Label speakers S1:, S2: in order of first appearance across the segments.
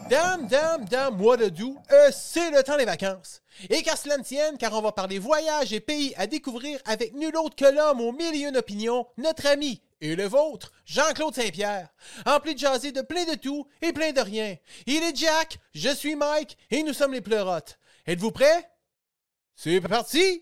S1: Mois de d'août, c'est le temps des vacances. Et qu'à cela ne tienne, car on va parler voyages et pays à découvrir avec nul autre que l'homme aux mille et une opinions, notre ami et le vôtre, Jean-Claude Saint-Pierre. Empli de jaser de plein de tout et plein de rien. Il est Jack, je suis Mike et nous sommes les pleurotes. Êtes-vous prêts? C'est parti!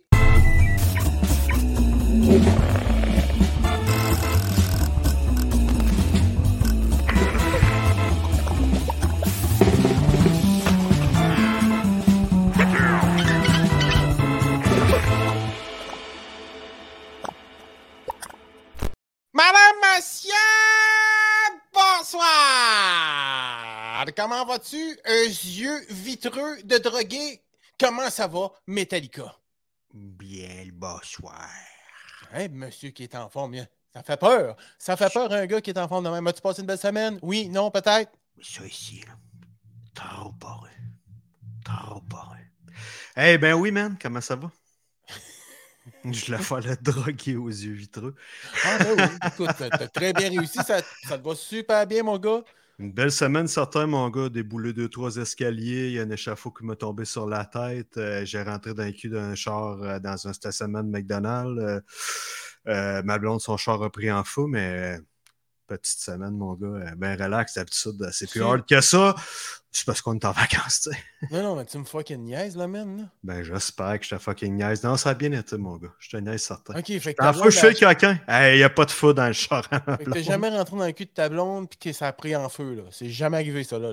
S1: Madame, monsieur, bonsoir! Comment vas-tu, yeux vitreux de drogué? Comment ça va, Metallica?
S2: Bien le bonsoir.
S1: Hein, monsieur qui est en forme, bien. Ça fait peur. Ça fait peur, un gars qui est en forme de même. As-tu passé une belle semaine? Oui, non, peut-être?
S2: Ça ici, là. Trop poreux. Trop poreux. Eh ben oui, man, comment ça va? Je la fais la droguer aux yeux vitreux.
S1: Ah ben oui, écoute, t'as très bien réussi. Ça te va super bien, mon gars.
S2: Une belle semaine, certain, mon gars. Déboulé 2-3 escaliers. Il y a un échafaud qui m'a tombé sur la tête. J'ai rentré dans le cul d'un char dans un stationnement de McDonald's. Ma blonde, son char a pris en feu, mais petite semaine, mon gars. Ben relax, d'habitude. C'est plus hard que ça. C'est parce qu'on est en vacances, tu sais.
S1: Non, mais tu me fucking niaises, là, même, là.
S2: Ben, j'espère que je te fucking niaise. Non, ça a bien été, mon gars. Je te niaise certain.
S1: OK, fait que
S2: En feu, je suis le coquin. Hey, y a pas de feu dans le char.
S1: Fait que t'es jamais rentré dans le cul de ta blonde pis que ça a pris en feu, là. C'est jamais arrivé, ça, là.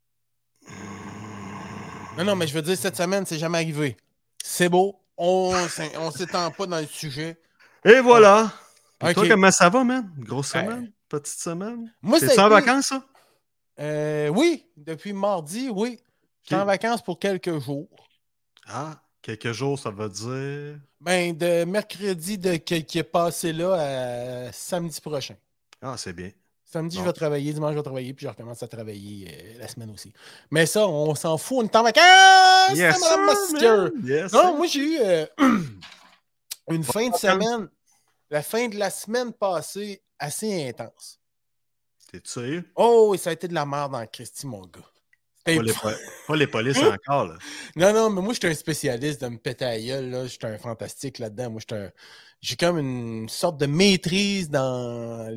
S1: Non, mais je veux dire, cette semaine, c'est jamais arrivé. C'est beau. On s'étend pas dans le sujet.
S2: Et voilà. Et
S1: OK.
S2: toi, comment ça va, man? Grosse semaine? Petite semaine?
S1: Moi,
S2: T'es-tu en vacances, ça?
S1: Oui, depuis mardi, oui. Je suis en vacances pour quelques jours.
S2: Ah, quelques jours, ça veut dire?
S1: Ben, de mercredi qui est passé là à samedi prochain.
S2: Ah, c'est bien.
S1: Samedi, je vais travailler, dimanche, je vais travailler, puis je recommence à travailler la semaine aussi. Mais ça, on s'en fout, on est en vacances!
S2: Yes,
S1: Madame
S2: yes,
S1: non, moi, j'ai eu une fin de semaine, la fin de la semaine passée, assez intense.
S2: T'es sérieux?
S1: Oh, et ça a été de la merde en Christy, mon gars.
S2: Pas les polices encore, là.
S1: Non, mais moi, je suis un spécialiste de me péter à la gueule, là. Je suis un fantastique là-dedans. Moi, j'ai comme une sorte de maîtrise dans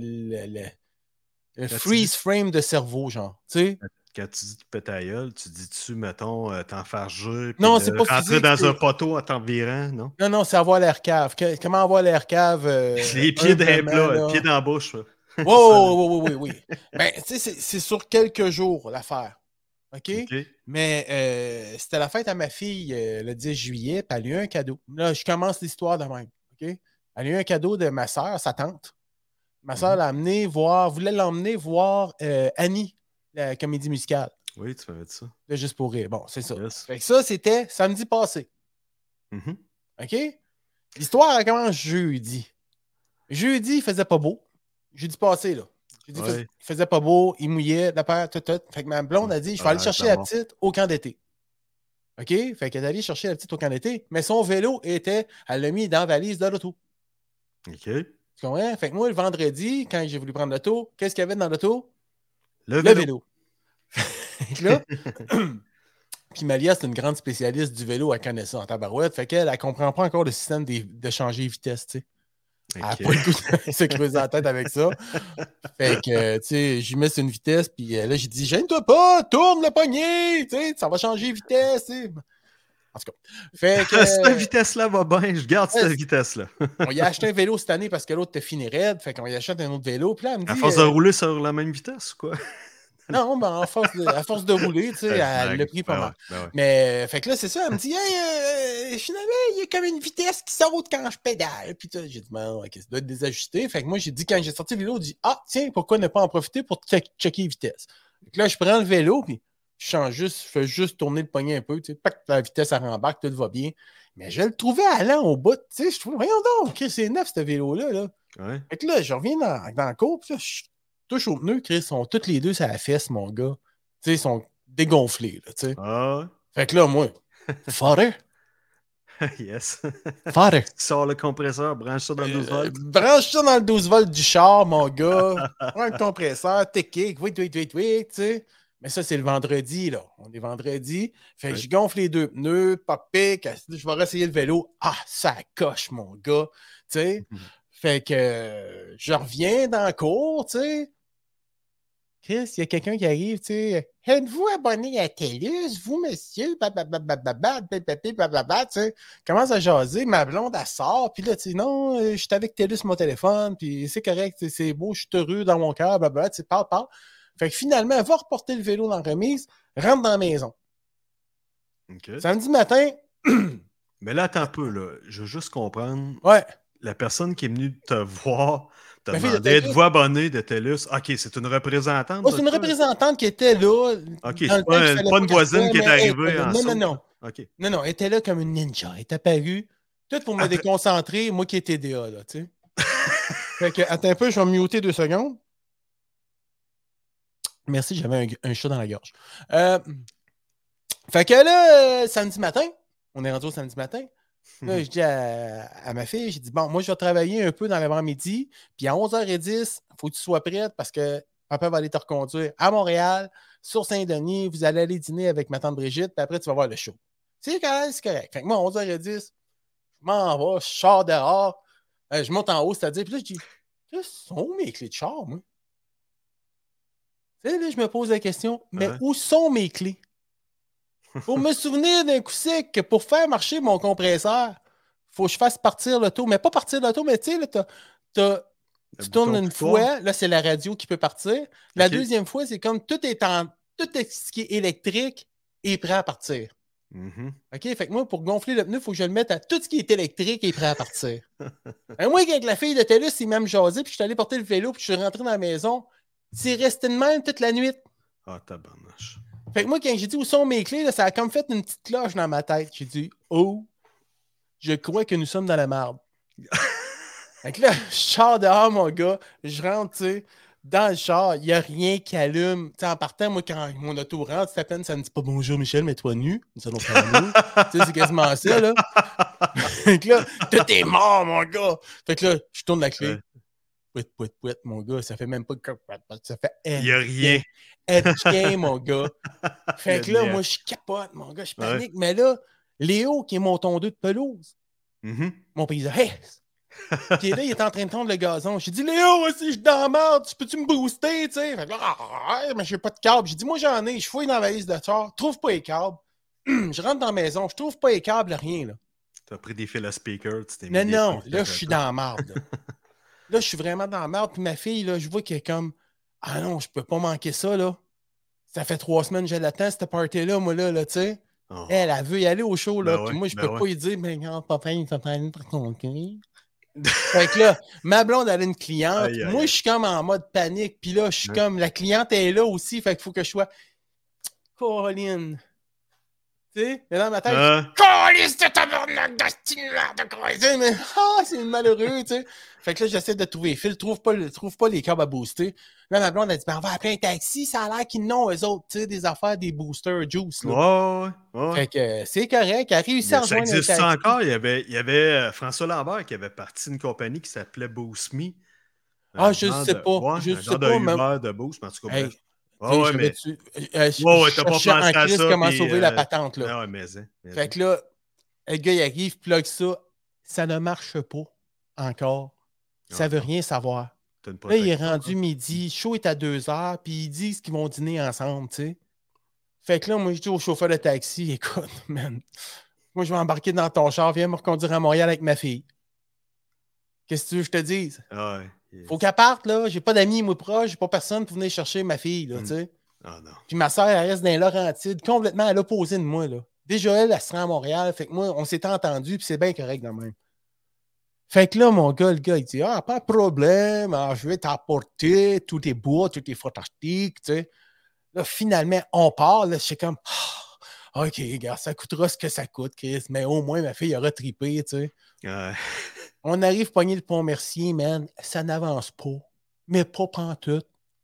S1: le freeze frame de cerveau, genre. Tu sais?
S2: Quand tu dis péter à gueule, tu dis-tu, mettons, t'enfarger, puis
S1: non, c'est pas
S2: rentrer
S1: physique,
S2: dans un poteau en t'envirant, non?
S1: Non, c'est avoir l'air cave. Comment avoir l'air cave?
S2: Les pieds dans les plats, les pieds dans la bouche.
S1: Oui. Ben, tu sais, c'est sur quelques jours, l'affaire. OK? Mais c'était la fête à ma fille le 10 juillet, puis elle a eu un cadeau. Là, je commence l'histoire de même. OK? Elle a eu un cadeau de ma soeur, sa tante. Ma soeur voulait l'emmener voir Annie, la comédie musicale.
S2: Oui, tu m'avais dit ça.
S1: De Juste pour rire. Bon, c'est ça.
S2: Yes.
S1: Fait que ça, c'était samedi passé. OK? L'histoire, elle commence jeudi. Jeudi, il faisait pas beau. Jeudi passé, là. Jeudi, il faisait pas beau, il mouillait, la paire, tout. Fait que ma blonde a dit, je vais aller chercher la petite au camp d'été. OK? Fait qu'elle est allée chercher la petite au camp d'été, mais son vélo elle l'a mis dans la valise de l'auto.
S2: OK.
S1: Tu comprends? Fait que moi, le vendredi, quand j'ai voulu prendre l'auto, qu'est-ce qu'il y avait dans l'auto?
S2: Le vélo.
S1: Là, puis Malia, c'est une grande spécialiste du vélo, elle connaît ça en tabarouette. Fait qu'elle, elle comprend pas encore le système de changer vitesse, tu sais. Elle n'a pas le goût de se creuser la tête avec ça. Fait que, tu sais, j'y mets sur une vitesse, puis là, j'ai dit, gêne-toi pas, tourne le poignet, tu sais, ça va changer vitesse, tu sais. En tout cas. Fait que.
S2: Cette vitesse-là va bien, je garde cette vitesse-là.
S1: On y a acheté un vélo cette année parce que l'autre était fini raide, fait qu'on y achète un autre vélo, puis là, elle me dit.
S2: À force de rouler sur la même vitesse, quoi?
S1: Non, ben, à force de rouler, tu sais, elle l'a pris pas mal.
S2: Ouais.
S1: Mais, fait que là, c'est ça, elle me dit, hey, finalement, il y a comme une vitesse qui saute quand je pédale. Puis j'ai dit, bon, ok, ça doit être désajusté. Fait que moi, j'ai dit, quand j'ai sorti le vélo, j'ai dit, ah, tiens, pourquoi ne pas en profiter pour checker les vitesses? Fait que là, je prends le vélo, puis je fais juste tourner le poignet un peu, tu sais, la vitesse, elle rembarque, tout va bien. Mais je le trouvais allant au bout, tu sais, je trouvais, voyons donc, c'est neuf, ce vélo-là, là.
S2: Ouais.
S1: Fait que là, je reviens dans le cours, puis là, je touche au pneu, Chris, sont toutes les deux sur la fesse, mon gars. Tu sais, ils sont dégonflés, là, tu sais.
S2: Ah ouais.
S1: Fait que là, moi, father.
S2: Yes.
S1: Father.
S2: Sors le compresseur, branche ça dans le 12 volts.
S1: Branche ça dans le 12 volts du char, mon gars. Prends le compresseur, t'es kick, oui, tu sais. Mais ça, c'est le vendredi, là. On est vendredi. Fait que je gonfle les 2 pneus, pas pique. Je vais réessayer le vélo. Ah, ça coche, mon gars. Tu sais? Fait que je reviens dans le cours, tu sais. Chris, il y a quelqu'un qui arrive, tu sais. Êtes-vous abonné à TELUS, vous, monsieur? Blablabla, tu sais. Commence à jaser, ma blonde, elle sort, puis là, tu sais, non, je suis avec TELUS sur mon téléphone, puis c'est correct, c'est beau, je suis heureux dans mon cœur, blablabla, tu sais, parle. Fait que finalement, elle va reporter le vélo dans la remise, rentre dans la maison.
S2: Okay.
S1: Samedi matin.
S2: Mais là, attends un peu, là. Je veux juste comprendre.
S1: Ouais.
S2: La personne qui est venue te voir t'a demandé êtes-vous abonné de TELUS? OK, c'est une représentante.
S1: Oh, c'est une représentante qui était là.
S2: OK, c'est pas une voisine qui est arrivée en saut.
S1: Non.
S2: OK.
S1: Non, elle était là comme une ninja. Elle est apparue. Tout pour me déconcentrer, moi qui ai TDA, là, tu sais. Fait que, attends un peu, je vais me muter 2 secondes. Merci, j'avais un chat dans la gorge. Fait que là, samedi matin, on est rendu au samedi matin. Là, je dis à ma fille, j'ai dit, bon, moi, je vais travailler un peu dans l'avant-midi, puis à 11h10, il faut que tu sois prête parce que papa va aller te reconduire à Montréal, sur Saint-Denis, vous allez aller dîner avec ma tante Brigitte, puis après, tu vas voir le show. C'est correct, c'est correct. Fait que moi, à 11h10, je m'en vais, je sors dehors, je monte en haut, c'est-à-dire, puis là, je dis, quelles sont mes clés de char, moi? Tu sais, là, je me pose la question, mais où sont mes clés? Pour me souvenir d'un coup sec que pour faire marcher mon compresseur, il faut que je fasse partir l'auto. Mais pas partir l'auto, mais tu sais, tu tournes une fois, là, c'est la radio qui peut partir. La deuxième fois, c'est comme tout ce qui est électrique est prêt à partir. OK? Fait que moi, pour gonfler le pneu, il faut que je le mette à tout ce qui est électrique est prêt à partir. Et moi, avec la fille de TELUS, il m'a même jasé, puis je suis allé porter le vélo, puis je suis rentré dans la maison. C'est resté de même toute la nuit.
S2: Ah, tabarnache.
S1: Fait que moi, quand j'ai dit où sont mes clés, là, ça a comme fait une petite cloche dans ma tête. J'ai dit, oh, je crois que nous sommes dans la merde. Fait que là, je sors dehors, mon gars, je rentre, tu sais, dans le char, il n'y a rien qui allume. Tu sais, en partant, moi, quand mon auto rentre, c'est à peine, ça me dit pas bonjour Michel, mais toi nu. Nous allons faire nous. Tu sais, c'est quasiment ça, là. Fait que là, tout est mort, mon gars. Fait que là, je tourne la clé. Pouet, mon gars, ça fait même pas que. Ça fait.
S2: Il n'y a rien.
S1: Chien, mon gars. Fait que là, moi, je capote, mon gars, je panique. Mais là, Léo, qui est mon tondeux de pelouse, mon paysan, hey! Puis là, il est en train de tondre le gazon. J'ai dit, Léo, si je suis dans la merde, peux-tu me booster, tu sais? Fait que là, mais j'ai pas de câble. J'ai dit, moi, j'en ai. Je fouille dans la valise de char, trouve pas les câbles. Je rentre dans la maison, je trouve pas les câbles, rien, là.
S2: T'as pris des fils à speaker, tu t'es mis
S1: Non, là, je suis dans la merde, là. Là, je suis vraiment dans la merde. Puis ma fille, là, je vois qu'elle est comme, ah non, je peux pas manquer ça, là. Ça fait 3 semaines que je l'attends, cette party-là, moi, là, tu sais. Oh. Elle veut y aller au show, là. Puis moi, je peux pas lui dire, mais regarde, papa, il est en train de ton cul. Fait que là, ma blonde, elle a une cliente. Moi, je suis comme en mode panique. Puis là, je suis comme, la cliente est là aussi. Fait qu'il faut que je sois, Caroline. Tu sais, mais dans ma tête, Caroline, c'est tabarnak de croiser, mais c'est malheureux, tu sais. Fait que là, j'essaie de trouver les fils, trouve pas les câbles à booster. Là, ma blonde a dit, ben, on va appeler un taxi, ça a l'air qu'ils n'ont, eux autres, tu sais, des affaires, des boosters juice, là.
S2: Ouais.
S1: Fait que c'est correct, elle a réussi à rejoindre
S2: un taxi. Ça existe encore? Il y avait François Lambert qui avait parti d'une compagnie qui s'appelait Boost Me.
S1: Je sais pas.
S2: Je sais pas. Uber de Boost, mais en tout cas, bref.
S1: Mais
S2: t'as pas pensé à ça.
S1: Comment sauver la patente, là.
S2: Mais
S1: fait que là, le gars, il arrive, plug ça ne marche pas encore. Ça veut rien savoir. Là, il est rendu midi, le show est à 2h, puis ils disent qu'ils vont dîner ensemble, tu sais. Fait que là, moi, je dis au chauffeur de taxi, écoute, man, moi, je vais embarquer dans ton char, viens me reconduire à Montréal avec ma fille. Qu'est-ce que tu veux que je te dise? Faut qu'elle parte, là. J'ai pas d'amis, moi, proche. J'ai pas personne pour venir chercher ma fille, là, tu sais.
S2: Non.
S1: Puis ma soeur, elle reste dans les Laurentides, complètement à l'opposé de moi, là. Déjà, elle se rend à Montréal. Fait que moi, on s'était entendu, puis c'est bien correct, quand même. Fait que là, mon gars, le gars, il dit, pas de problème, je vais t'apporter, tout est beau, tout est fantastique, tu sais. Là, finalement, on part, là, je suis comme, OK, gars, ça coûtera ce que ça coûte, Chris, mais au moins, ma fille aura trippé, tu sais. On arrive pogner le pont Mercier, man, ça n'avance pas, mais pas pantoute.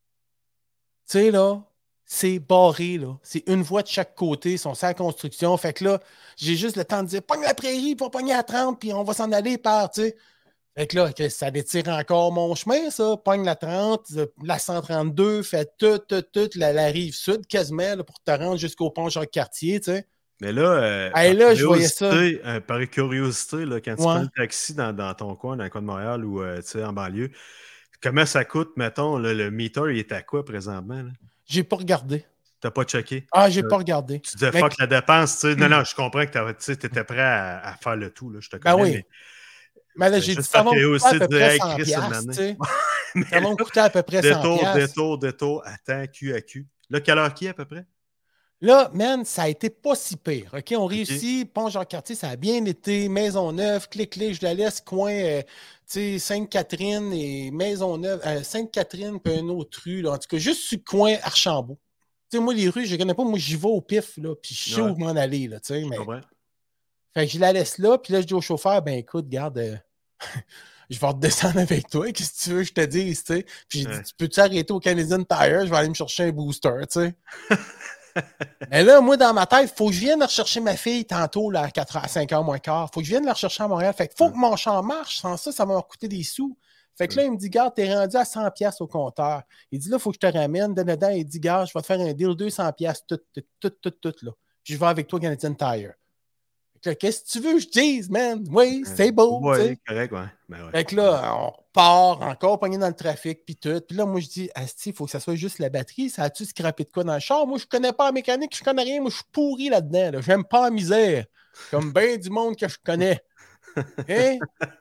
S1: Tu sais, là, c'est barré, là. C'est une voie de chaque côté, ils sont sans construction. Fait que là, j'ai juste le temps de dire, pogne la prairie, pour pogner à 30, puis on va s'en aller par, tu sais. Fait que là, ça détire encore mon chemin, ça. Pogne la 30, la 132, fait toute la rive sud quasiment là, pour te rendre jusqu'au pont Jacques-Cartier, tu sais.
S2: Mais là,
S1: Hey, là, je voyais ça.
S2: Par curiosité, là, quand tu
S1: Ouais.
S2: prends le taxi dans ton coin, dans le coin de Montréal ou en banlieue, comment ça coûte, mettons, là, le meter, il est à quoi présentement? Là?
S1: J'ai pas regardé.
S2: T'as pas checké?
S1: Ah, j'ai pas regardé.
S2: Tu disais fuck la dépense, tu sais. Non, je comprends que tu étais prêt à faire le tout, là, je te connais,
S1: oui. Mais là, j'ai dit, ça va me coûter à peu près 100 piastres, tu sais. Ça va me coûter à peu près 100 piastres.
S2: Détour, attends, Q à Q. Là, quelle heure qui est à peu près?
S1: Là, man, ça a été pas si pire. OK, on réussit. Pont Jean-Cartier, ça a bien été. Maisonneuve, clic, je la laisse, coin, Sainte-Catherine et Maisonneuve. Sainte-Catherine, puis une autre rue, là. En tout cas, juste sur le coin Archambault. Tu sais, moi, les rues, je les connais pas. Moi, j'y vais au pif, là, puis je sais où m'en aller, là, tu sais. Mais... Fait que je la laisse là, puis là, je dis au chauffeur, ben écoute, garde, je vais redescendre avec toi, qu'est-ce que tu veux que je te dise, tu sais. Puis j'ai dit, tu peux-tu arrêter au Canadian Tire? Je vais aller me chercher un booster, tu sais. Mais là, moi, dans ma tête, il faut que je vienne rechercher ma fille tantôt, là, à 4h, à 5h moins quart. Il faut que je vienne la rechercher à Montréal. Fait qu'il faut que mon champ marche. Sans ça, ça va me coûter des sous. Fait que là, il me dit, garde, t'es rendu à 100$ au compteur. Il dit, là, il faut que je te ramène. Dedans, il dit, garde, je vais te faire un deal 200$, tout, là. Puis je vais avec toi, Canadian Tire. Qu'est-ce que tu veux que je dise, man? Oui, c'est beau.
S2: Oui, correct, ouais. Ben ouais.
S1: Fait que là, on part encore pogné dans le trafic, puis tout. Puis là, moi, je dis, Asti, il faut que ça soit juste la batterie. Ça a-tu scrappé de quoi dans le char? Moi, je connais pas la mécanique, je connais rien. Moi, je suis pourri là-dedans. Là. J'aime pas la misère. Comme bien du monde que je connais. Hein?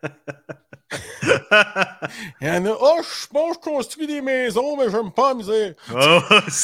S1: Il y en a, oh, je pense que je construis des maisons, mais j'aime pas la misère.
S2: Oh,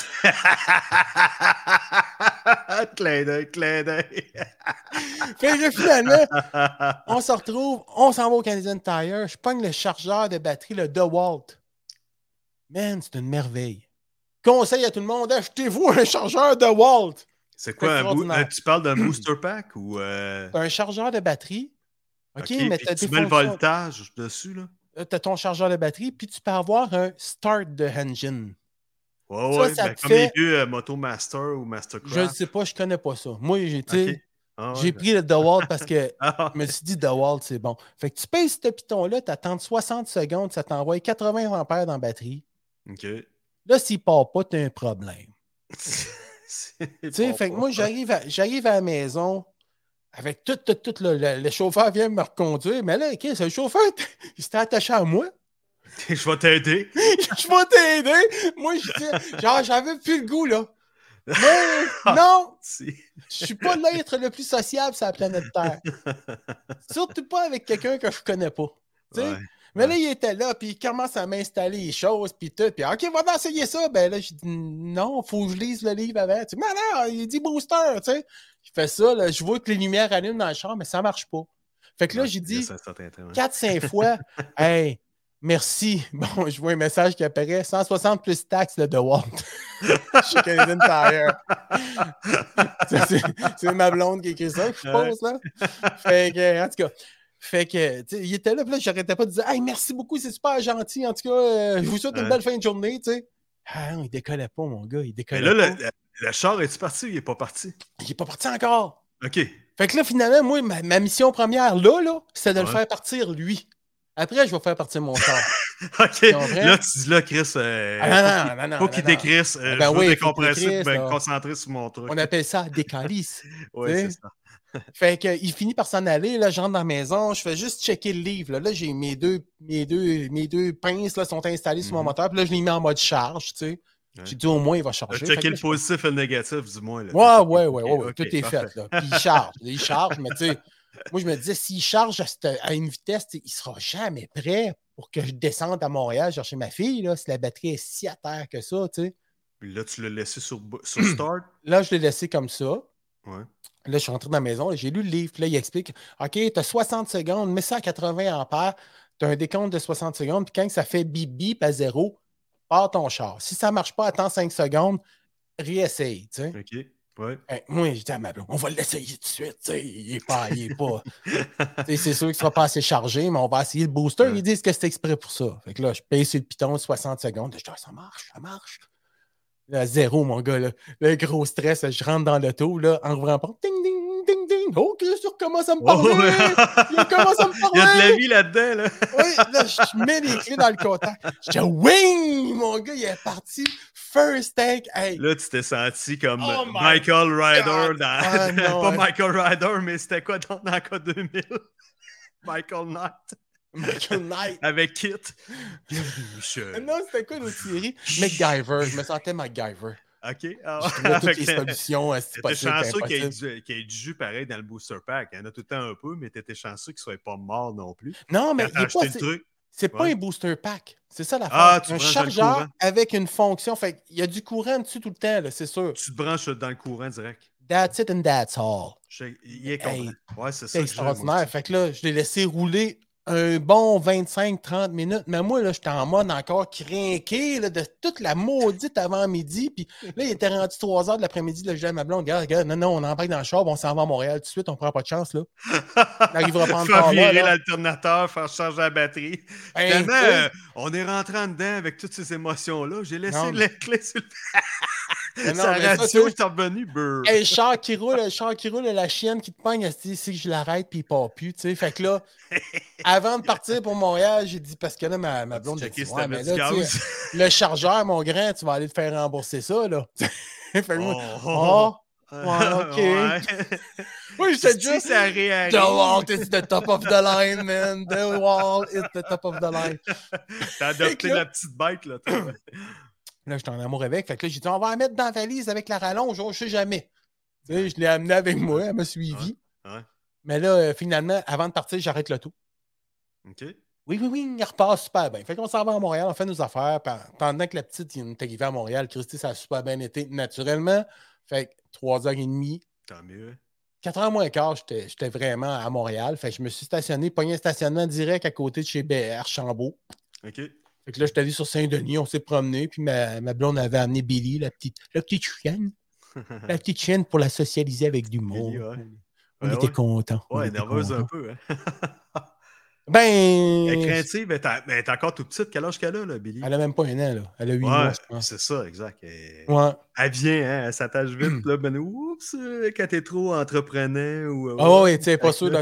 S2: clin d'œil.
S1: Fait que finalement, on se retrouve, on s'en va au Canadian Tire, je pogne le chargeur de batterie, le DeWalt. Man, c'est une merveille. Conseil à tout le monde, achetez-vous un chargeur DeWalt.
S2: C'est quoi, tu parles d'un booster pack ou...
S1: Un chargeur de batterie. OK, mais
S2: tu mets le voltage dessus, là.
S1: Tu as ton chargeur de batterie, puis tu peux avoir un start de engine.
S2: Ouais, ça comme les vieux Moto Master ou Mastercraft.
S1: Je ne sais pas, je connais pas ça. Moi, j'ai pris le DeWalt parce que je me suis dit DeWalt, c'est bon. Fait que tu payes ce piton-là, tu attends 60 secondes, ça t'envoie 80 ampères dans la batterie.
S2: OK.
S1: Là, s'il ne part pas, tu as un problème. Tu sais, fait que moi, j'arrive à la maison avec tout, le chauffeur vient me reconduire, mais là, le chauffeur, il s'était attaché à moi.
S2: Je vais t'aider.
S1: Je vais t'aider. Moi, j'avais plus le goût, là. Mais non, je suis pas l'être le plus sociable sur la planète Terre. Surtout pas avec quelqu'un que je connais pas. Mais là, il était là, puis il commence à m'installer les choses, puis tout. Puis, OK, va essayer ça. Ben là, je dis, non, faut que je lise le livre avant. Tu sais, mais non, il dit booster, tu sais. Je fais ça, là, je vois que les lumières allument dans le char, mais ça marche pas. Fait que là, j'ai dit 4-5 fois, hey, merci. Bon, je vois un message qui apparaît, 160 plus taxes de DeWalt. Chez Canadian Tire. C'est ma blonde qui écrit ça, je pense, là. Fait que, en tout cas... Fait que, tu sais, il était là, puis là, j'arrêtais pas de dire, hey, merci beaucoup, c'est super gentil. En tout cas, je vous souhaite une belle fin de journée, tu sais. Ah non, il décollait pas, mon gars, il décollait pas.
S2: Mais là, le char, est-il parti ou il est pas parti?
S1: Il est pas parti encore.
S2: OK.
S1: Fait que là, finalement, moi, ma mission première, là, c'était de le faire partir, lui. Après, je vais faire partir mon char.
S2: OK. Là, tu dis là, Chris,
S1: non,
S2: faut qu'il décrisse.
S1: Ben
S2: je veux décompresser, me concentrer sur mon truc.
S1: On appelle ça des calices.
S2: Oui, c'est ça.
S1: Fait qu'il finit par s'en aller, là, je rentre dans la maison, je fais juste checker le livre. Là, j'ai mes deux pinces là, sont installées sur mon moteur, puis là, je les mets en mode charge, tu sais. J'ai dit au moins, il va charger.
S2: Checker le positif et le négatif, dis-moi.
S1: Ouais, tout est fait. Là. Puis il charge, mais tu sais, moi, je me disais, s'il charge à une vitesse, il sera jamais prêt pour que je descende à Montréal chercher ma fille, là, si la batterie est si à terre que ça, tu sais.
S2: Puis là, tu l'as laissé sur Start?
S1: Là, je l'ai laissé comme ça.
S2: Ouais.
S1: Là, je suis rentré dans la maison, j'ai lu le livre, puis là, il explique, OK, tu as 60 secondes, mets ça à 80 ampères, tu as un décompte de 60 secondes, puis quand ça fait bip bip à 0, pars ton char. Si ça ne marche pas, attends 5 secondes, réessaye, tu sais.
S2: OK, ouais.
S1: Moi, je dis à ma blonde, on va l'essayer tout de suite, tu sais, il est pas. C'est sûr qu'il ne sera pas assez chargé, mais on va essayer le booster, ils disent que c'est exprès pour ça. Fait que là, je paye sur le piton 60 secondes, je dis, ça marche. Là, 0, mon gars, là. Le gros stress, je rentre dans l'auto, là, en ouvrant la porte, ding, ding, ding, ding. Oh, que tu recommences à me
S2: Oh,
S1: parler! Il commence à me
S2: il y a de la
S1: parler!
S2: vie là-dedans, là.
S1: Oui, là, je mets les clés dans le contact. Je dis, wing! Mon gars, il est parti. First take. Hey.
S2: Là, tu t'es senti comme
S1: Oh my
S2: Michael Ryder
S1: God.
S2: dans...
S1: Ah, non,
S2: pas
S1: hein.
S2: Michael Ryder, mais c'était quoi dans K 2000? Michael Knight.
S1: Michael Knight.
S2: Avec Kit. Bienvenue, monsieur.
S1: Non, c'était quoi l'autre série? MacGyver. Je me sentais MacGyver.
S2: OK.
S1: Je trouvais toutes les solutions, si
S2: T'étais
S1: possible,
S2: chanceux qu'il y
S1: impossible.
S2: ait du jus pareil dans le booster pack. Il y en a tout le temps un peu, mais t'étais chanceux qu'il soit pas mort non plus.
S1: Non, mais
S2: Quand t'as acheté le truc.
S1: c'est pas
S2: Ouais.
S1: un booster pack. C'est ça l'affaire.
S2: Ah, tu
S1: un
S2: branches dans le
S1: chargeur
S2: courant.
S1: avec une fonction. Fait il y a du courant dessus tout le temps, là, c'est sûr.
S2: Tu te branches dans le courant direct.
S1: That's it and that's all.
S2: Il est content.
S1: Hey,
S2: Ouais, c'est ça
S1: c'est
S2: que j'aime
S1: extraordinaire.
S2: aussi.
S1: Fait que là, je l'ai laissé rouler un bon 25-30 minutes. Mais moi, là, j'étais en mode encore crinqué là, de toute la maudite avant-midi. Puis là, il était rendu 3 heures de l'après-midi. Là, je dis à ma blonde, regarde, non, on embarque dans le char, on s'en va à Montréal tout de suite, on prend pas de chance. Là. On n'arrivera pas
S2: faire
S1: encore
S2: virer
S1: là.
S2: l'alternateur, faire charger la batterie.
S1: Ben,
S2: Finalement, on est rentré en dedans avec toutes ces émotions-là. J'ai laissé les clés sur le... Sa radio est revenue.
S1: Hey, le char qui roule, la chienne qui te pogne, elle se dit si je l'arrête, puis il part plus. Tu sais. Fait que là, avant de partir pour Montréal, j'ai dit, parce que là, ma blonde a dit, ouais, mais là, le chargeur, mon grand, tu vas aller te faire rembourser ça, là. Fait que moi, ouais, OK.
S2: Ouais.
S1: Oui, j'étais juste.
S2: Ça réagit.
S1: The Walt is the top of the line, man. The Walt is the top of the line.
S2: T'as adopté la petite bête, là.
S1: Là, j'étais en amour avec. Fait que là, j'ai dit, on va la mettre dans la valise avec la rallonge. Je sais jamais. Tu sais, je l'ai amenée avec moi. Elle m'a suivi.
S2: Ouais.
S1: Mais là, finalement, avant de partir, j'arrête le tout.
S2: OK.
S1: Oui, il repart super bien. Fait qu'on s'en va à Montréal, on fait nos affaires. Pendant que la petite est arrivée à Montréal, Christy, ça a super bien été naturellement. Fait que 3h30.
S2: Tant mieux.
S1: 4h moins quart, j'étais vraiment à Montréal. Fait que je me suis stationné, pogné un stationnement direct à côté de chez BR, Chambault.
S2: OK.
S1: Fait que là, j'étais allé sur Saint-Denis, on s'est promené, puis ma blonde avait amené Billy, la petite chienne. La petite chienne pour la socialiser avec du monde.
S2: Billy, ouais.
S1: On était contents.
S2: Ouais, nerveuse un peu. Hein?
S1: Ben.
S2: Elle est craintive, elle est encore toute petite. Quel âge qu'elle a, là, Billy?
S1: Elle a même pas un an, là. Elle a 8 mois, je pense.
S2: C'est ça, exact.
S1: Elle
S2: vient, hein, elle s'attache vite. Là, ben, oups, quand t'es trop entreprenant.
S1: Oui, tu sais, pas sûr.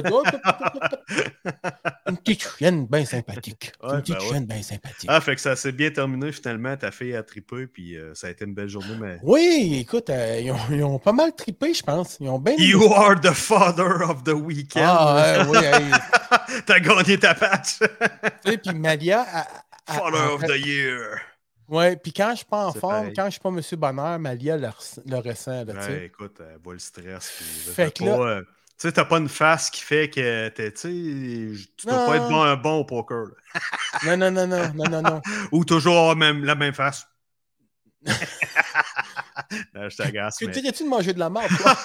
S1: Une petite chienne bien sympathique. Une petite chienne bien sympathique.
S2: Ah, fait que ça s'est bien terminé finalement. Ta fille a trippé, puis ça a été une belle journée. Mais...
S1: Oui, écoute, ils ont pas mal trippé, je pense. Ils ont bien.
S2: You are the father of the weekend.
S1: Ah, oui,
S2: T'as gagné ta patch.
S1: Tu sais, puis Malia.
S2: Father of the year.
S1: Oui, puis quand je suis pas en forme, quand je suis pas M. Bonheur, Malia le ressent. Là,
S2: ouais, écoute, elle voit le stress.
S1: Fait que là.
S2: Tu sais, t'as pas une face qui fait que tu dois pas être un bon au poker.
S1: Là. Non.
S2: Ou toujours avoir la même face. Non, je t'agace.
S1: Tu dirais-tu de manger de la merde,
S2: toi?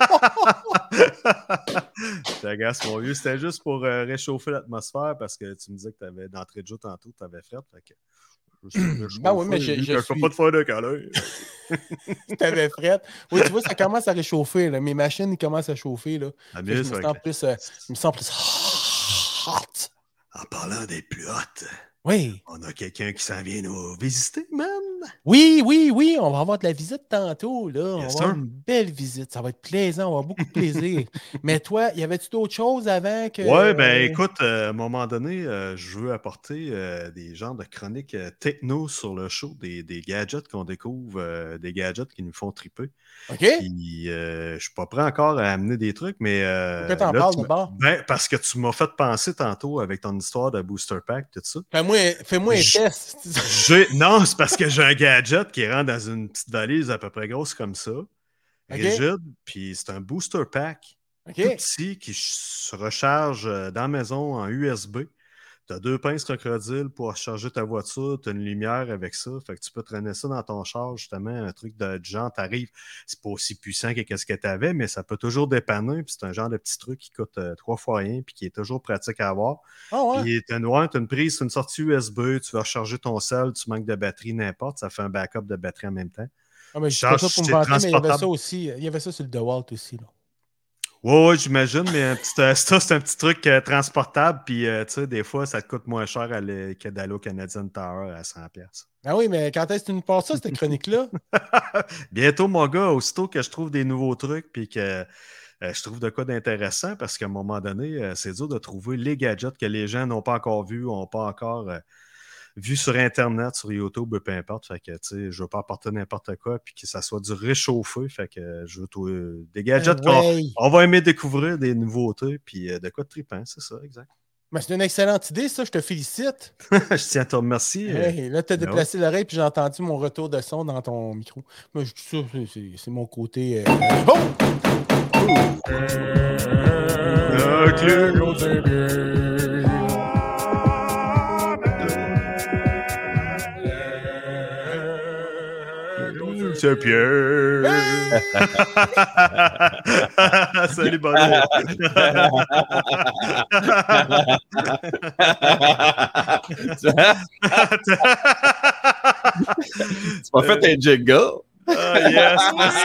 S2: Je t'agace, mon vieux. C'était juste pour réchauffer l'atmosphère parce que tu me disais que t'avais d'entrée de jeu tantôt, t'avais frette. Fait que
S1: ben oui, mais je
S2: suis pas de faire de câlin.
S1: T'avais frette. Oui, tu vois, ça commence à réchauffer. Là. Mes machines, ils commencent à chauffer. Là. Je me sens plus hot.
S2: En parlant d'être plus hot,
S1: oui.
S2: On a quelqu'un qui s'en vient nous visiter, man.
S1: Oui. On va avoir de la visite tantôt. Là. On va avoir une belle visite. Ça va être plaisant. On va avoir beaucoup de plaisir. Mais toi, y avait-tu d'autres choses avant que...
S2: Oui, ben écoute, à un moment donné, je veux apporter des genres de chroniques techno sur le show, des gadgets qu'on découvre, des gadgets qui nous font triper.
S1: OK.
S2: Puis, je suis pas prêt encore à amener des trucs, mais...
S1: Pourquoi t'en parles d'abord?
S2: Ben, parce que tu m'as fait penser tantôt avec ton histoire de Booster Pack, tout ça.
S1: Fais-moi un test.
S2: Non, c'est parce que j'ai un gadget qui rentre dans une petite valise à peu près grosse comme ça, rigide, puis c'est un Booster Pack tout petit qui se recharge dans la maison en USB. Tu as 2 pinces crocodile pour recharger ta voiture, tu as une lumière avec ça, fait que tu peux traîner ça dans ton char, justement, un truc de genre, t'arrives, c'est pas aussi puissant que ce que tu avais, mais ça peut toujours dépanner, puis c'est un genre de petit truc qui coûte 3 fois rien, puis qui est toujours pratique à avoir. Puis tu as une prise, c'est une sortie USB, tu vas recharger ton cell, tu manques de batterie, n'importe, ça fait un backup de batterie en même temps.
S1: Mais je sais pas pour me vanter, mais il y avait ça aussi, il y avait ça sur le DeWalt aussi, là.
S2: Oui, j'imagine, mais c'est un petit truc transportable, puis tu sais, des fois, ça te coûte moins cher que d'aller au Canadian Tower à 100$.
S1: Ah oui, mais quand est-ce que tu nous passes ça, cette chronique-là?
S2: Bientôt, mon gars, aussitôt que je trouve des nouveaux trucs, puis que je trouve de quoi d'intéressant parce qu'à un moment donné, c'est dur de trouver les gadgets que les gens n'ont pas encore vus, n'ont pas encore vu sur Internet, sur YouTube, peu importe. Fait que, tu sais, je veux pas apporter n'importe quoi puis que ça soit du réchauffé. Fait que je veux trouver des gadgets qu'on va aimer découvrir, des nouveautés, puis de quoi de trippant, c'est ça, exact.
S1: Ben, c'est une excellente idée, ça. Je te félicite.
S2: Je tiens à te remercier.
S1: Hey, là, tu as déplacé l'oreille puis j'ai entendu mon retour de son dans ton micro. Moi, je dis ça, c'est mon côté... Oh!
S2: C'est Pierre! Salut, Bono!
S3: Tu m'as fait un jingle?
S2: Yes!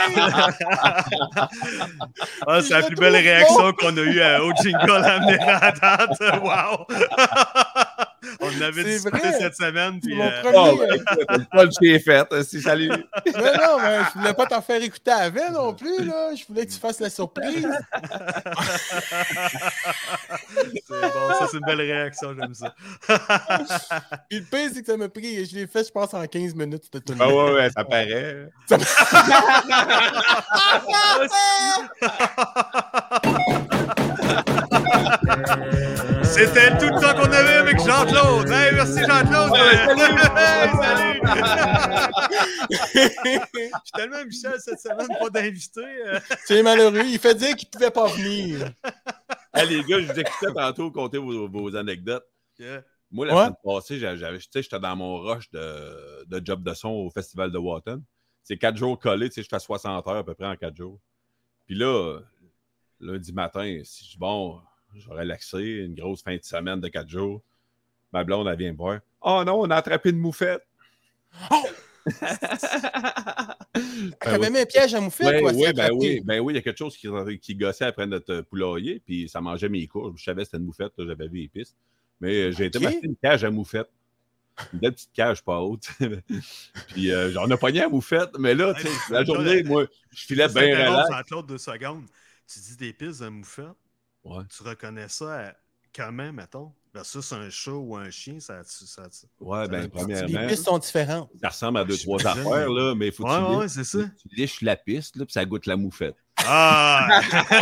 S2: C'est la plus belle réaction qu'on a eue au jingle amené à date. Wow! On en avait discuté cette semaine. Puis,
S1: mon premier...
S3: le punch est fait. Salut!
S1: Non, mais je voulais pas t'en faire écouter avant non plus. Là. Je voulais que tu fasses la surprise.
S2: C'est bon, ça c'est une belle réaction, j'aime ça.
S1: Puis le pire, c'est que ça m'a pris, je l'ai fait, je pense, en 15 minutes. C'était tout
S3: ouais, ça paraît.
S2: C'était tout le temps qu'on avait avec Jean-Claude. Hey, merci Jean-Claude. Salut. Je suis tellement Michel cette semaine, pas d'invité.
S1: C'est malheureux. Il fait dire qu'il ne pouvait pas venir.
S3: Hey, les gars, je vous écoutais tantôt compter vos anecdotes.
S2: Yeah.
S3: Moi, la semaine passée, j'étais dans mon rush de job de son au Festival de Watton. C'est 4 jours collés. Je fais 60 heures à peu près en 4 jours. Puis là, lundi matin, si je dis bon... Je vais relaxer, une grosse fin de semaine de 4 jours. Ma blonde, elle vient me voir. Oh non, on a attrapé une moufette.
S1: Oh! T'avais mis un piège à moufette, quoi?
S3: Oui, oui, il y a quelque chose qui gossait après notre poulailler, puis ça mangeait mes courges. Je savais que c'était une moufette, là, j'avais vu les pistes. Mais j'ai été m'acheter une cage à moufette. Une belle petite cage pas haute. Puis j'en ai pogné à moufette, mais là, tu sais, la journée, moi, je filais bien relax.
S2: Claude, 2 secondes. Tu dis des pistes de moufette.
S3: Ouais.
S2: Tu reconnais ça comment, mettons? Versus un chat ou un chien,
S3: Ouais, bien, premièrement...
S1: Les pistes sont différentes.
S3: Ça ressemble à 2-3 affaires, là, mais il faut que tu liches la piste, là, puis ça goûte la moufette.
S2: Ah!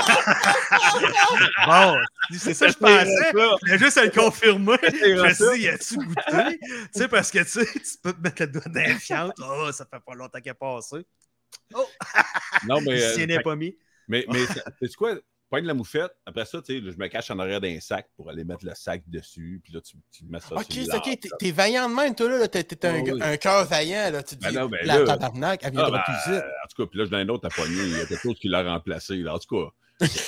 S2: Bon, c'est ça que je pensais. Je voulais juste à le confirmer. Je me suis dit, y a-tu goûté? Tu sais, parce que tu peux te mettre le doigt dans la fiente. Oh, ça fait pas longtemps qu'elle est passée. Oh!
S3: Non, mais...
S2: Si n'est pas mis.
S3: Mais c'est quoi? Pogne la moufette. Après ça, tu sais, je me cache en arrière d'un sac pour aller mettre le sac dessus. Puis là, tu mets ça
S1: OK,
S3: sur le
S1: OK. T'es vaillant de même, toi, là. T'es un cœur vaillant, là. Tu te dis, la tabarnak, elle vient de refuser.
S3: En tout cas, puis là, j'ai un autre à pogner. Il y a quelque chose qui l'a remplacé. Là. En tout cas...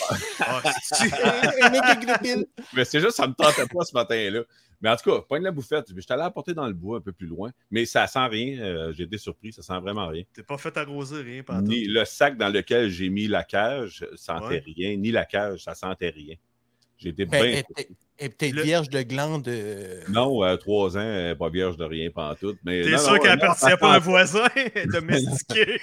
S3: Mais c'est juste, ça me tentait pas ce matin-là. Mais en tout cas, pogne la bouffette. Je suis allé la porter dans le bois un peu plus loin. Mais ça sent rien. J'ai été surpris. Ça sent vraiment rien.
S2: T'es pas fait arroser rien,
S3: ni le sac dans lequel j'ai mis la cage sentait rien. Ni la cage, ça sentait rien. J'ai été bien...
S1: Et peut-être vierge de glande.
S3: Non, à 3 ans, elle n'est pas vierge de rien pantoute. Mais
S2: t'es sûr qu'elle appartient pas à un voisin domestiqué?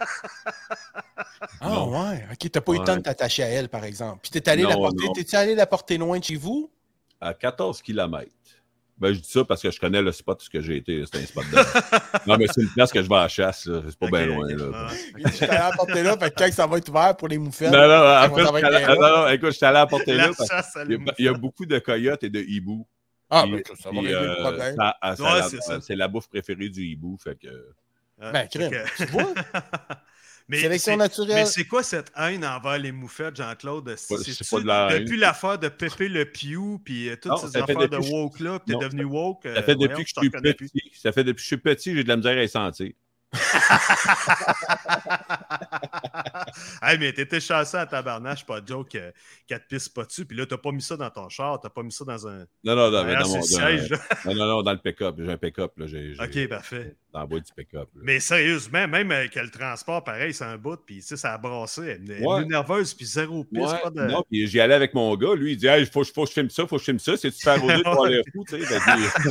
S1: Ah ouais, OK, t'as pas eu le temps de t'attacher à elle, par exemple. Puis t'es allé la porter, t'es-tu allé la porter loin de chez vous?
S3: À 14 km. Ben, je dis ça parce que je connais le spot où j'ai été. C'est un spot de... Non, mais c'est une place que je vais à la chasse. Là. C'est pas bien loin. Là.
S1: Je suis allé à la porter là, fait que quand ça va être ouvert pour les moufettes...
S3: Non, écoute, je suis allé à la porter là. Il y a beaucoup de coyotes et de hiboux.
S1: Ah, ben ça va régler le problème.
S3: C'est la bouffe préférée du hibou, fait que...
S1: Ben, crème, tu vois? Sélection naturelle.
S2: Mais c'est quoi cette haine envers les moufettes, Jean-Claude?
S3: C'est pas de la haine.
S2: Depuis l'affaire de Pépé le Pew, puis toutes ces affaires de woke-là, puis t'es devenu woke.
S3: Ça fait depuis que je suis petit. Ça fait depuis que je suis petit, j'ai de la misère à y sentir.
S2: Hey, mais t'étais chassé à tabarnache, pas de joke, qu'elle te pisse pas dessus. Puis là, t'as pas mis ça dans ton char, t'as pas mis ça dans un.
S3: Non, dans
S2: mon
S3: siège. Non, dans le pick-up. J'ai un pick-up. Là,
S2: OK, parfait.
S3: dans le bois du pick-up. Là.
S2: Mais sérieusement, même avec le transport, pareil, c'est un bout, puis ça a brassé. Elle est
S3: Ouais.
S2: nerveuse, puis zéro piste.
S3: Ouais,
S2: Pas de...
S3: Non, puis j'y allais avec mon gars. Lui, il dit hey, faut que je filme ça, C'est-tu faire rôder pour aller fou, tu sais?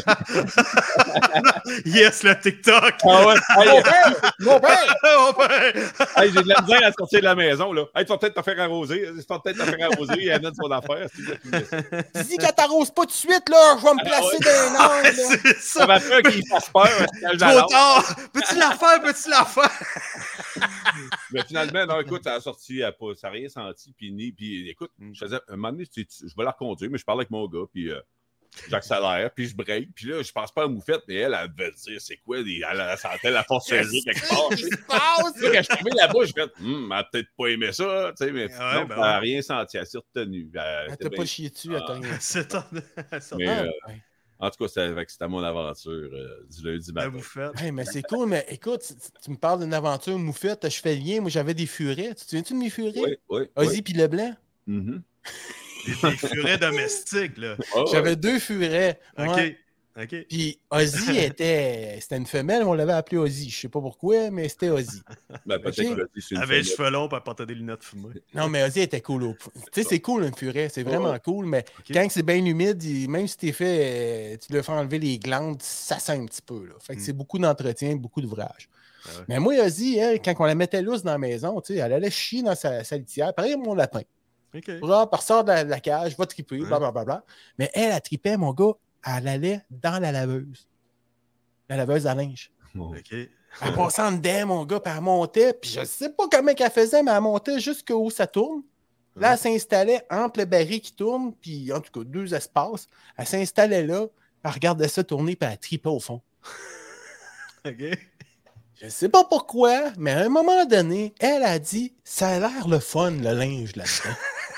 S2: Yes, le TikTok!
S3: Ah ouais!
S1: Mon père!
S2: Mon père!
S3: Hey, j'ai de la misère à sortir de la maison, là. Hey, tu vas peut-être te faire arroser. Il y en a de son affaire.
S1: Tu dis qu'elle t'arrose pas tout de suite, là, je vais me placer dans un angle.
S2: C'est
S3: Ça
S2: ça!
S3: m'a peur qu'il fasse peur.
S2: Trop tard! Peux-tu la faire?
S3: Mais finalement, non, écoute, ça a sorti, ça n'a rien senti. Puis écoute, je faisais un moment donné, je vais la reconduire, mais je parle avec mon gars, puis j'accélère, puis je break. Puis là, je pense pas à Moufette, mais elle veut dire, c'est quoi, elle sentait la force G quelque part.
S1: Qu'est-ce qui se passe?
S3: Quand je suis arrivé là-bas, je fais, elle a peut-être pas aimé ça, tu sais, mais non,
S2: ben
S3: elle n'a rien senti, elle s'est retenue.
S1: Elle t'a pas chié dessus, elle t'a rien.
S2: C'est
S3: Mais, en tout cas, c'était mon aventure du lundi matin.
S2: vous faites.
S1: Hey, mais c'est cool, mais écoute, tu me parles d'une aventure moufette, je fais le lien, moi j'avais des furets. Tu te souviens-tu de mes furets?
S3: Oui.
S1: Ozzy puis Leblanc?
S3: Mm-hmm.
S2: Des furets domestiques, là.
S1: J'avais 2 furets. Ouais.
S2: OK.
S1: Puis Ozzy c'était une femelle, on l'avait appelé Ozzy. Je sais pas pourquoi, mais c'était Ozzy.
S3: Ben, peut-être que c'est une
S2: Avec les
S3: femelle.
S2: cheveux longs, puis elle portait des lunettes fumées.
S1: Non, mais Ozzy était cool. Tu sais, c'est cool une furet, c'est vraiment cool, mais quand c'est bien humide, même si tu le fais enlever les glandes, ça sent un petit peu. Là. Fait que c'est beaucoup d'entretien, beaucoup d'ouvrage.
S2: Ah ouais.
S1: Mais moi, Ozzy, elle, quand on la mettait lousse dans la maison, elle allait chier dans sa litière, pareil mon lapin.
S2: OK.
S1: Par sort de la cage, va triper, blablabla. Mais elle tripait, mon gars, elle allait dans la laveuse. La laveuse à linge.
S2: OK.
S1: Elle passait en dedans, mon gars, puis elle montait, puis je sais pas comment elle faisait, mais elle montait jusqu'où ça tourne. Là, elle s'installait entre le baril qui tourne, puis en tout cas, 2 espaces. Elle s'installait là, elle regardait ça tourner, puis elle tripait au fond.
S2: OK.
S1: Je sais pas pourquoi, mais à un moment donné, elle a dit « Ça a l'air le fun, le linge, là-dedans. »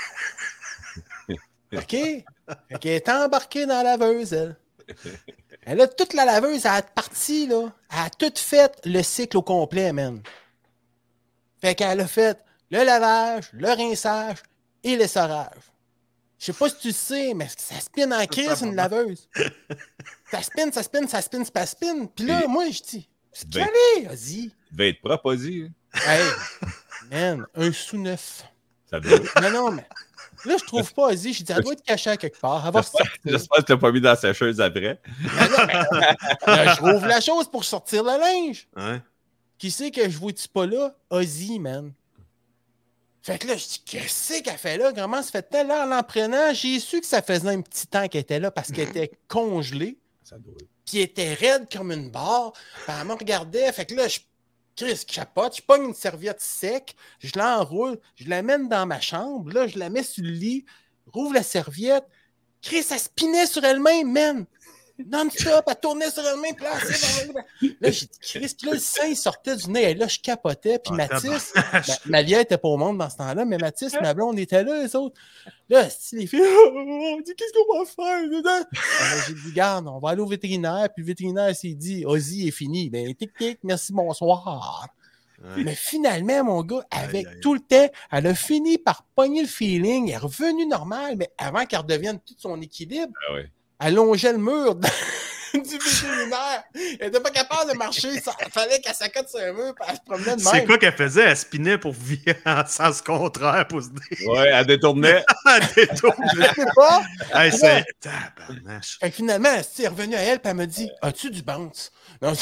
S1: OK? Fait qu'elle est embarquée dans la laveuse, elle. Elle a toute la laveuse, elle a parti, là. Elle a tout fait le cycle au complet, man. Fait qu'elle a fait le lavage, le rinçage et l'essorage. Je sais pas si tu le sais, mais ça spinne en crise, une laveuse. Ça spinne. Puis là, moi, je dis, c'est
S3: Ben,
S1: calé, vas-y.
S3: Il devait être propre, Ozzy.
S1: Hey, man, 1 sous 9.
S3: Ça doit.
S1: Non, mais là, je trouve pas Ozzy. Je dis, elle doit être cachée à quelque part. Elle va sortir.
S3: J'espère que tu l'as pas mis dans la sécheuse après.
S1: Là, je rouvre la chose pour sortir le linge.
S2: Ouais.
S1: Qui c'est que je vois-tu pas là? Ozzy, man. Fait que là, je dis, qu'est-ce qu'elle fait là? Comment ça fait-elle là en prenant? J'ai su que ça faisait un petit temps qu'elle était là parce qu'elle était congelée.
S3: Ça doit.
S1: Puis elle était raide comme une barre. Puis elle me regardait. Fait que là, je capote, je pogne une serviette sec, je l'enroule, je l'amène dans ma chambre, là, je la mets sur le lit, rouvre la serviette. Chris, elle spinait sur elle-même, man! Non-stop, elle tournait sur elle-même, puis là, j'ai dit, Chris, puis là, le sein, il sortait du nez, et là, je capotais, puis Mathis, Malia était pas au monde dans ce temps-là, mais Mathis, ma blonde, était là, les autres. Là, les filles, on dit, qu'est-ce qu'on va faire? Alors, j'ai dit, garde, on va aller au vétérinaire, puis le vétérinaire s'est dit, Ozzy est fini. Ben, tic-tic, merci, bonsoir. Ouais. Mais finalement, mon gars, avec tout le temps, elle a fini par pogner le feeling, elle est revenue normale, mais avant qu'elle redevienne tout son équilibre, elle longeait le mur du vétérinaire. Elle n'était pas capable de marcher. Il fallait qu'elle s'accote sur un mur et elle se promenait de même.
S2: C'est quoi qu'elle faisait? Elle spinait pour virer en sens contraire pour se dire.
S3: Ouais, elle détournait.
S2: Elle détournait.
S1: Je sais pas.
S2: Hey, c'est tabarnache.
S1: Fait que finalement, elle est revenue à elle et elle me dit, as-tu du bounce? Non,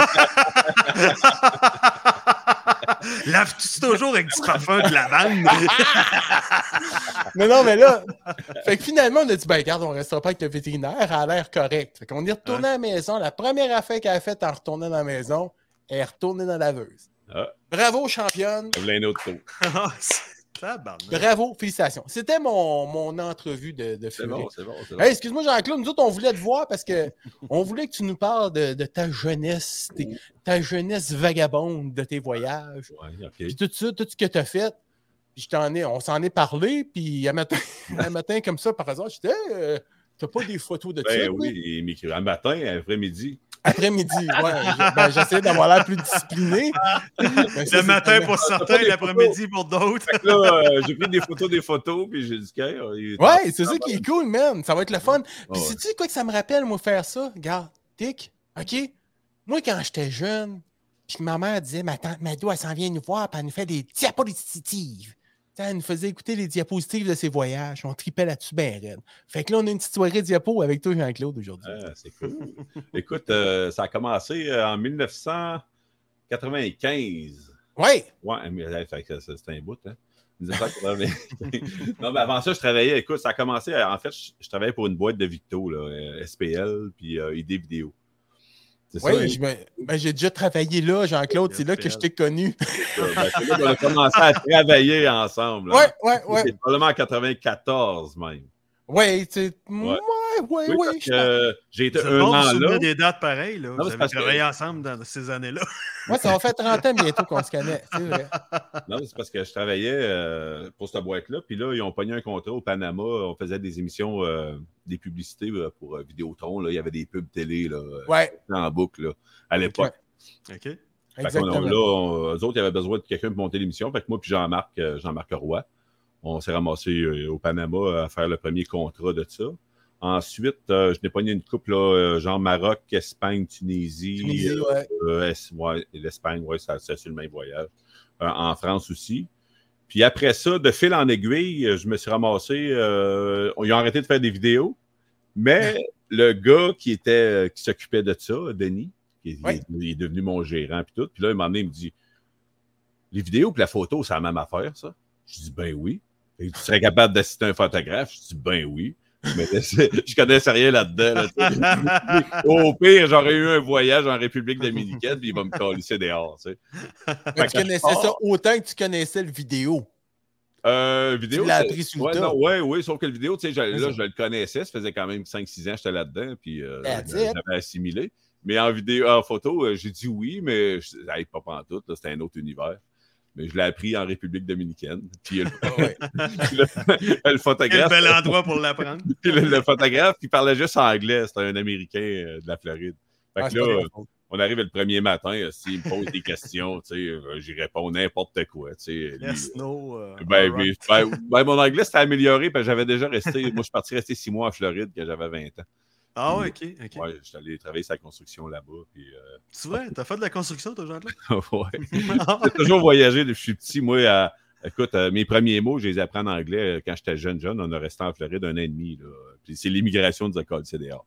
S2: laves-tu toujours avec du parfum de lavande?
S1: Non, mais là, fait que finalement, on a dit, ben, regarde, on restera pas avec le vétérinaire, elle a l'air correcte. Fait qu'on est retourné à la maison. La première affaire qu'elle a faite en retournant dans la maison, elle est retournée dans la laveuse. Bravo, championne.
S3: Elle voulait un autre tour.
S1: Bravo, félicitations. C'était mon entrevue de furie.
S3: C'est bon.
S1: Hey, excuse-moi, Jean-Claude, nous autres, on voulait te voir parce qu'on voulait que tu nous parles de ta jeunesse, ta jeunesse vagabonde de tes voyages.
S3: Ouais, OK.
S1: Puis tout ça, tout ce que tu as fait. Puis on s'en est parlé, puis un matin comme ça, par hasard, je disais, hey, t'as pas des photos de ça?
S3: Oui, un matin, après-midi.
S1: Après-midi, ouais. J'essaie d'avoir l'air plus discipliné.
S2: Le matin pour certains, l'après-midi pour d'autres.
S3: Là, j'ai pris des photos, puis j'ai dit
S1: ouais, c'est ça qui est cool, man. Ça va être le fun. Puis sais-tu quoi que ça me rappelle, moi, faire ça? Regarde, tic, OK? Moi, quand j'étais jeune, puis ma mère disait, ma tante Mado, elle s'en vient nous voir, puis elle nous fait des diapositives. T'sais, elle nous faisait écouter les diapositives de ses voyages. On tripait là-dessus bien raide. Fait que là, on a une petite soirée diapo avec toi, Jean-Claude, aujourd'hui.
S3: Ah, c'est cool. Écoute, ça a commencé en 1995.
S1: Oui!
S3: Ouais, mais c'était un bout, hein? 1995. Non, mais avant ça, je travaillais. Écoute, ça a commencé. En fait, je travaillais pour une boîte de Victo, là, SPL, puis ID Vidéo. C'est
S1: Oui,
S3: ça,
S1: j'ai déjà travaillé là, Jean-Claude. C'est là que je t'ai connu.
S3: c'est là qu'on a commencé à travailler ensemble.
S1: Oui,
S3: Hein.
S1: oui, oui.
S3: C'est probablement en 94 même.
S1: Oui, tu sais.
S3: Ouais.
S1: Oui.
S3: J'ai été
S2: Vous
S3: un an là.
S2: des dates pareilles, là.
S3: Non,
S2: Vous
S3: c'est
S2: avez
S3: parce
S2: travaillé
S3: que...
S2: ensemble dans ces années-là.
S1: Moi, ça va faire 30 ans bientôt qu'on se connaît. C'est vrai.
S3: Non, c'est parce que je travaillais pour cette boîte-là. Puis là, ils ont pogné un contrat au Panama. On faisait des émissions, des publicités pour Vidéotron. Là. Il y avait des pubs télé là, en boucle là, à l'époque.
S2: Ouais. OK.
S1: Exactement.
S3: Là, eux autres, ils avaient besoin de quelqu'un pour monter l'émission. Fait que moi puis Jean-Marc Roy, on s'est ramassé au Panama à faire le premier contrat de ça. Ensuite, je n'ai pogné une couple, là, genre Maroc, Espagne, Tunisie. L'Espagne, c'est sur le même voyage. En France aussi. Puis après ça, de fil en aiguille, je me suis ramassé. Ils ont arrêté de faire des vidéos. Mais le gars qui s'occupait de ça, Denis, il est devenu mon gérant puis tout. Puis là, un moment donné, il me dit, les vidéos et la photo, c'est la même affaire, ça? Je dis, ben oui. Et tu serais capable d'assister un photographe? Je dis, ben oui. Je connaissais rien là-dedans. Là, au pire, j'aurais eu un voyage en République dominicaine, puis il va me calisser dehors. Tu sais.
S1: Tu connaissais ça autant que tu connaissais le vidéo.
S3: Vidéo,
S1: tu l'as appris sur le tas.
S3: Oui, sauf que le vidéo, tu sais, je le connaissais, ça faisait quand même 5-6 ans que j'étais là-dedans, puis j'avais assimilé. Mais en vidéo, en photo, j'ai dit oui, mais je n'avais pas pantoute, c'était un autre univers. Mais je l'ai appris en République dominicaine. Puis le photographe.
S2: Quel bel endroit pour l'apprendre.
S3: Puis le photographe qui parlait juste anglais, c'était un Américain de la Floride. Fait que là, on arrive le premier matin, s'il me pose des questions, j'y réponds n'importe quoi.
S2: Yes, no.
S3: Mon anglais s'était amélioré, parce que j'avais déjà resté. Moi, je suis parti rester 6 mois en Floride quand j'avais 20 ans.
S2: Ah ouais, OK.
S3: Ouais, je suis allé travailler sur la construction là-bas. Puis,
S2: c'est vrai? T'as fait de la construction, toi, Jean-Claude?
S3: Ouais. J'ai toujours voyagé depuis que je suis petit. Moi, écoute, mes premiers mots, je les ai appris en anglais quand j'étais jeune. On a resté en Floride 1 an et demi. Là. Puis c'est l'immigration de Zacol CDR.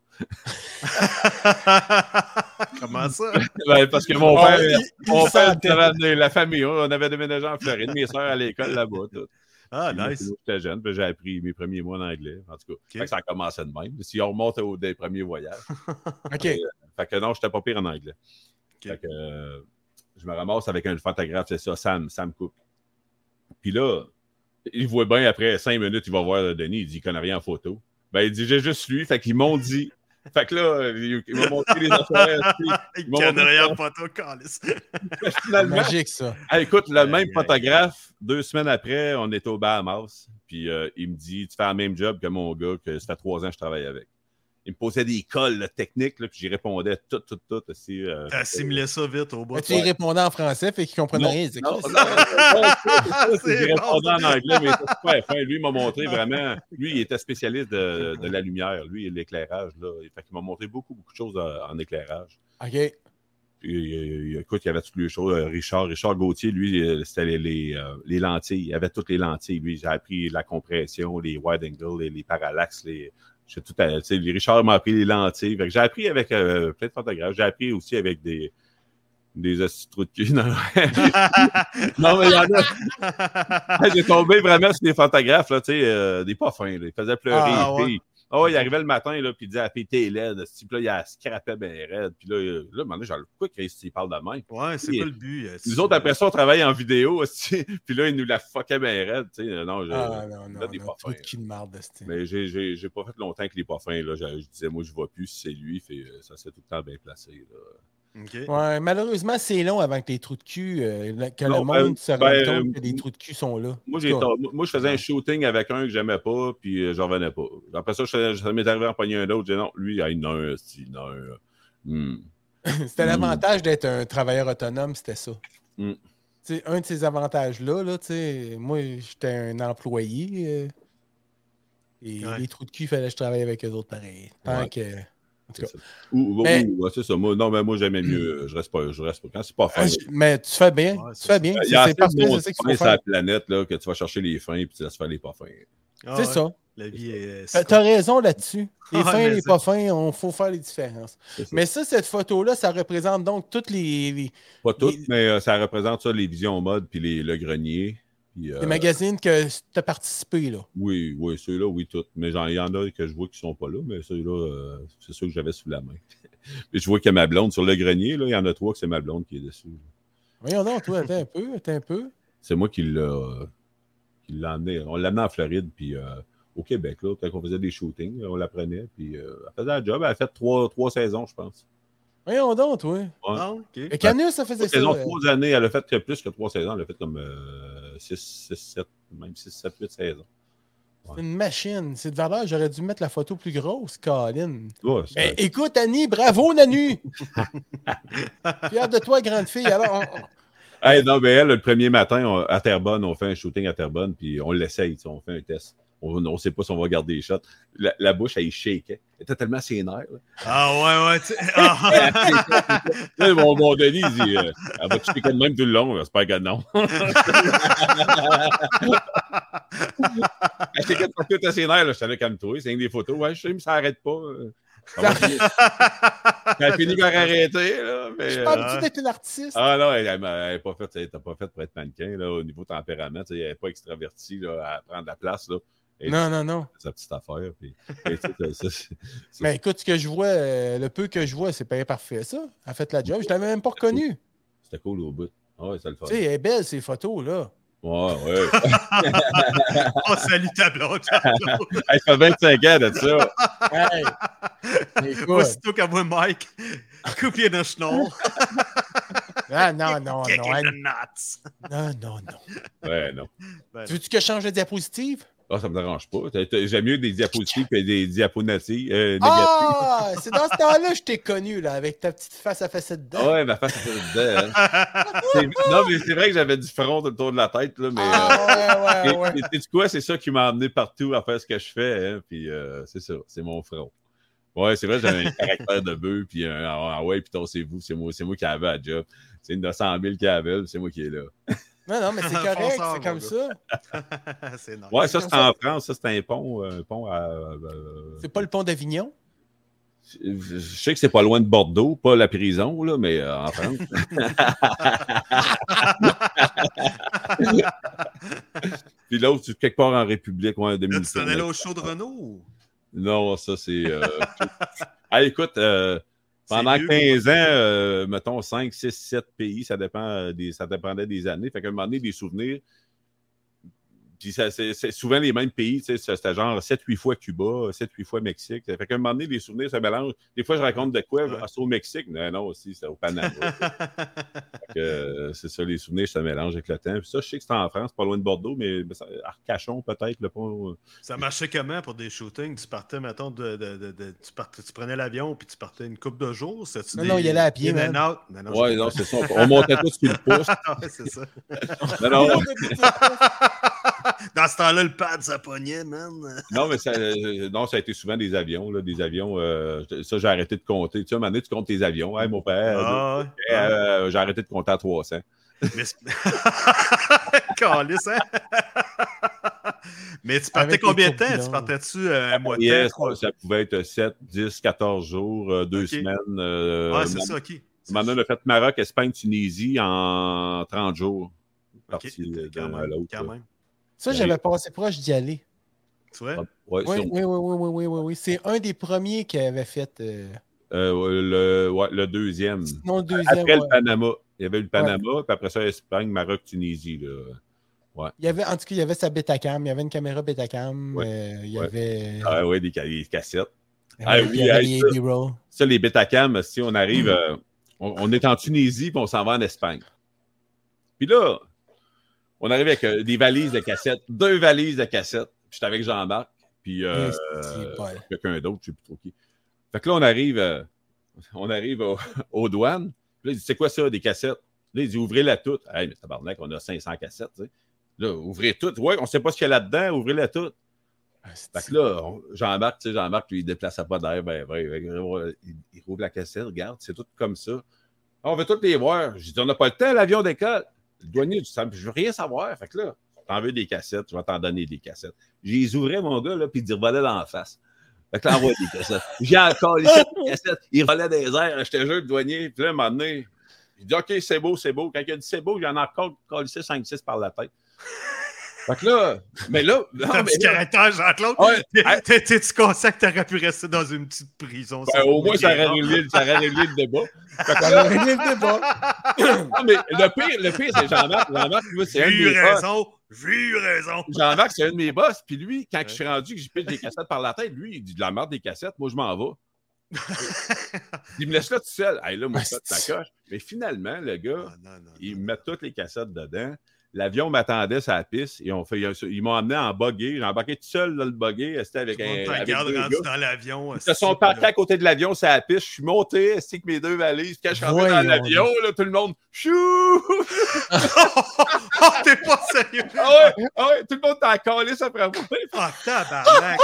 S2: Comment ça?
S3: Parce que mon père avait amené la famille. On avait déménagé en Floride. Mes soeurs à l'école là-bas. Tout.
S2: Ah, nice.
S3: J'étais jeune, puis j'ai appris mes premiers mots en anglais. En tout cas, fait que ça a commencé de même. Si on remonte des premiers voyages.
S1: OK.
S3: Fait que non, j'étais pas pire en anglais.
S2: Okay.
S3: Fait que je me ramasse avec un photographe, c'est ça, Sam Cook. Puis là, il voit bien après 5 minutes, il va voir Denis, il dit qu'il connaît rien en photo. Ben, il dit, j'ai juste lui. Fait qu'ils m'ont dit. Fait que là, il m'a montré les affaires.
S2: Il connaît rien en photo, calice.
S1: C'est magique, ça.
S3: Écoute, le même photographe, 2 semaines après, on était au Bahamas. Puis il me dit, tu fais le même job que mon gars, que ça fait 3 ans que je travaille avec. Il me posait des cols techniques, là, puis j'y répondais tout.
S2: T'as assimilé ça vite au bout.
S1: Tu y répondais en français, fait qu'il comprenait rien.
S3: Non, j'y répondais en anglais, mais c'était super fin. Lui, il m'a montré vraiment... Lui, il était spécialiste de la lumière. Lui, l'éclairage. Là. Fait qu'il m'a montré beaucoup de choses en éclairage.
S1: OK.
S3: Puis, écoute, il y avait toutes les choses. Richard Gauthier, lui, c'était les lentilles. Il avait toutes les lentilles. Lui, j'ai appris la compression, les wide angle, les parallaxes, Richard m'a appris les lentilles. J'ai appris avec plein de photographes. J'ai appris aussi avec des trous de cul. Non, mais il y en a. J'ai tombé vraiment sur des photographes, là, des pas fins. Ils faisaient pleurer les filles. Oh, il arrivait le matin, là, puis il disait à la fille, t'es laide. Ce type-là, il a scrappé bien raide. Puis là, maintenant, genre, pourquoi Christy parle de même?
S2: Ouais, c'est pas le but.
S3: Nous autres, après ça, on travaille en vidéo. Puis là, il nous la fuckait bien raide. Non,
S1: des pas fins. Qui de marde,
S3: mais j'ai pas fait longtemps que les pas fins. Là. Je disais, moi, je vois plus si c'est lui. Fait, ça s'est tout le temps bien placé. Là.
S2: Okay.
S1: Ouais, malheureusement, c'est long avant que les trous de cul, que le monde se rende compte que les trous de cul sont là.
S3: Moi, je faisais un shooting avec un que j'aimais pas, puis je revenais pas. Après ça, ça m'est arrivé à empoigner un autre. J'ai dit non, lui, non.
S1: C'était l'avantage d'être un travailleur autonome, c'était ça. Un de ces avantages-là, moi, j'étais un employé et les trous de cul, il fallait que je travaille avec eux autres pareil. Tant que... tout cas.
S3: C'est ça. Moi, j'aimais mieux. Je reste pas. Quand c'est pas fin.
S1: Mais tu fais bien. Tu fais bien.
S3: Il y a
S1: C'est parfait, c'est ça qu'il faut
S3: sur
S1: faire.
S3: la planète là, que tu vas chercher les fins et tu laisses faire les pas fins.
S1: C'est ça.
S2: La vie est...
S1: T'as raison là-dessus. Les fins, les
S2: mais
S1: pas fins, il faut faire les différences. Mais ça, cette photo-là, ça représente donc toutes les
S3: Pas toutes, mais ça représente ça, les visions mode puis le grenier. Puis,
S1: les magazines que tu as participé, là.
S3: Oui, ceux-là, oui, toutes. Mais il y en a que je vois qui sont pas là, mais ceux-là, c'est ceux que j'avais sous la main. Et je vois qu'il y a ma blonde sur le grenier, là, il y en a 3 que c'est ma blonde qui est dessus.
S1: Voyons donc, toi, attends un peu.
S3: C'est moi qui l'ai emmené. On l'a amené en Floride, puis au Québec, là, quand on faisait des shootings, on la prenait, puis elle faisait la job. Elle a fait 3 saisons, je pense.
S1: Voyons donc, toi.
S3: Ouais.
S2: Ah, OK.
S1: Et Canus, ça faisait ça.
S3: 3 années, elle a fait plus que 3 saisons. Elle a fait comme 6, 7, même 6, 7, 8 saisons.
S1: C'est une machine. C'est de valeur. J'aurais dû mettre la photo plus grosse, Colin.
S3: Ouais,
S1: ben, écoute, Annie, bravo, Nanu. Fier de toi, grande fille. Alors,
S3: hey, non, mais elle, le premier matin, à Terrebonne, on fait un shooting à Terrebonne, puis on l'essaye, on fait un test. On ne sait pas si on va garder les shots. La bouche, elle shakeait. Elle était tellement sénère. Là.
S2: Ah ouais.
S3: Là, mon Denis, il dit elle va shaker de même tout le long. J'espère que non. Elle shakeait tout assez nerfs. Je savais calme-toi. C'est une des photos. Ouais, je sais, mais ça n'arrête pas. Ça a fini par arrêter. Là, mais,
S1: je suis pas habitué d'être une artiste.
S3: Ah non, elle n'est pas faite pour être mannequin. Là, au niveau tempérament, elle n'est pas extravertie là, à prendre la place. Là.
S1: Non.
S3: Sa petite affaire. Puis,
S1: mais écoute, ce que je vois, le peu que je vois, c'est pas parfait, ça. Elle a fait la job. Je l'avais même pas reconnue.
S3: C'était cool au bout. Ah ouais, ça le fait.
S1: Tu sais, elle est belle, ces photos, là.
S3: Ouais.
S2: Oh, salut ta blonde.
S3: Elle fait 25 ans de ça.
S1: Hey. Écoute.
S2: Aussitôt qu'elle voit Mike, couper dans le schnoll.
S1: Ah, non.
S2: Non.
S3: Ouais, non.
S1: Tu veux-tu que je change de diapositive?
S3: Ah, ça me dérange pas. J'aime mieux des diapositives que des diaponatives négatives.
S1: Ah! C'est dans ce temps-là que je t'ai connu, là, avec ta petite face à facette dedans.
S3: Ah ouais, ma face à facette dedans. Hein. Non, mais c'est vrai que j'avais du front autour de la tête, là, mais...
S1: ouais.
S3: Tu sais quoi, c'est ça qui m'a amené partout à faire ce que je fais, hein, puis c'est ça, c'est mon front. Ouais, c'est vrai, j'avais un caractère de bœuf, puis puis tassez-vous, c'est moi qui avais la job. C'est une de 100 000 qui avait, c'est moi qui est là.
S1: Non, mais c'est correct, c'est comme ça.
S2: C'est nice.
S3: Ouais, ça, c'est en France, ça, c'est un pont à...
S1: C'est pas le pont d'Avignon?
S3: Je sais que c'est pas loin de Bordeaux, pas la prison, là, mais en France. Puis l'autre, quelque part en République, ouais, en 2000.
S2: Tu t'en allais au show de Renault?
S3: Non, ça, c'est... écoute, pendant 15 ans, mettons 5, 6, 7 pays, ça dépendait des années. Fait qu'à un moment donné, des souvenirs... Puis c'est souvent les mêmes pays, tu sais, c'était genre 7-8 fois Cuba, 7-8 fois Mexique. Fait qu'à un moment donné, les souvenirs se mélangent. Des fois, je raconte de quoi? C'est au Mexique? Non, aussi, c'est au Panama. C'est ça, les souvenirs se mélangent avec le temps. Puis ça, je sais que c'est en France, pas loin de Bordeaux, mais Arcachon, peut-être, le pont.
S2: Ça marchait comment pour des shootings? Tu partais, mettons, tu prenais l'avion, puis tu partais une couple de jours?
S1: Non, il y allait à pied, man.
S3: Non, c'est ça. On montait tous sur le pouce.
S2: Ouais, c'est ça.
S3: Non.
S2: Dans ce temps-là, le pad, ça pognait, man.
S3: Non, mais ça a été souvent des avions. Là, des avions ça, j'ai arrêté de compter. Tu sais, à un moment donné, tu comptes tes avions. Hey, mon père, j'ai arrêté de compter à 300.
S2: Mais Calice, hein? Mais tu partais combien de temps? Tu partais-tu un mois de temps?
S3: Ça pouvait être 7, 10, 14 jours, 2 semaines.
S2: C'est ça, OK.
S3: Maintenant, on a fait Maroc, Espagne, Tunisie en 30 jours.
S2: Parti d'un à l'autre. Quand même.
S1: Ça, j'avais passé proche d'y aller.
S2: Tu vois?
S1: Oui. C'est un des premiers qui avait fait.
S3: Le deuxième.
S1: Non, le deuxième.
S3: Après le Panama. Il y avait le Panama, puis après ça, Espagne, Maroc, Tunisie. Là. Ouais.
S1: En tout cas, il y avait sa Betacam. Il y avait une caméra Betacam. Il y avait.
S3: Ah oui, des cassettes.
S1: Ça,
S3: les Betacam, si on arrive. On est en Tunisie, puis on s'en va en Espagne. Puis là, on arrive avec des valises de cassettes, 2 valises de cassettes. J'étais avec Jean-Marc, puis quelqu'un d'autre, je ne sais plus trop qui. Fait que là, on arrive aux douanes. Puis là, il dit, c'est quoi ça, des cassettes? Là, il dit, ouvrez-la toutes. Hey, mais tabarnak, on a 500 cassettes, tu sais. Là, ouvrez toutes. Ouais, on ne sait pas ce qu'il y a là-dedans, ouvrez-la toutes. Fait que là, Jean-Marc, lui, il ne déplaçait pas d'air. Il rouvre la cassette, regarde, c'est tout comme ça. On veut tous les voir. J'ai dit, on n'a pas le temps, l'avion décolle. Le douanier dit, je veux rien savoir. Fait que là, t'en veux des cassettes, je vais t'en donner des cassettes. J'ai les ouvrais, mon gars, là, puis il revolait dans la face. Fait que là, envoie des cassettes. J'ai encore les cassettes. Il revolait dans les airs. Je te jure, le douanier. Puis là, à un moment donné, il dit, OK, c'est beau, c'est beau. Quand il a dit c'est beau, j'en ai encore collé 5-6 par la tête. Fait que là,
S2: T'as un petit caractère, Jean-Claude.
S3: Ouais.
S2: T'es-tu conscient que t'aurais pu rester dans une petite prison?
S3: Au moins, ça aurait réglé le débat.
S1: Ça aurait réglé le débat.
S3: Non, mais le pire, c'est Jean-Marc. Jean-Marc, c'est un de mes boss.
S2: J'ai eu raison.
S3: Jean-Marc, c'est un de mes boss. Puis lui, quand je suis rendu que j'ai pile des cassettes par la tête, lui, il dit de la merde des cassettes. Moi, je m'en vais. Il me laisse là tout seul. Hey, là, moi, je fais ta coche. Mais finalement, le gars, il met toutes les cassettes dedans. L'avion m'attendait sur la piste. Ils m'ont amené en buggy. J'ai embarqué tout seul dans le buggy. C'était avec un
S2: rendu dans l'avion.
S3: Ils se sont partis à côté de l'avion sur la piste. Je suis monté avec mes 2 valises. Quand je suis rentré dans l'avion, là, tout le monde... Chou!
S2: T'es pas sérieux?
S3: Ah ouais, tout le monde t'a collé ça après moi.
S2: Tabarnak!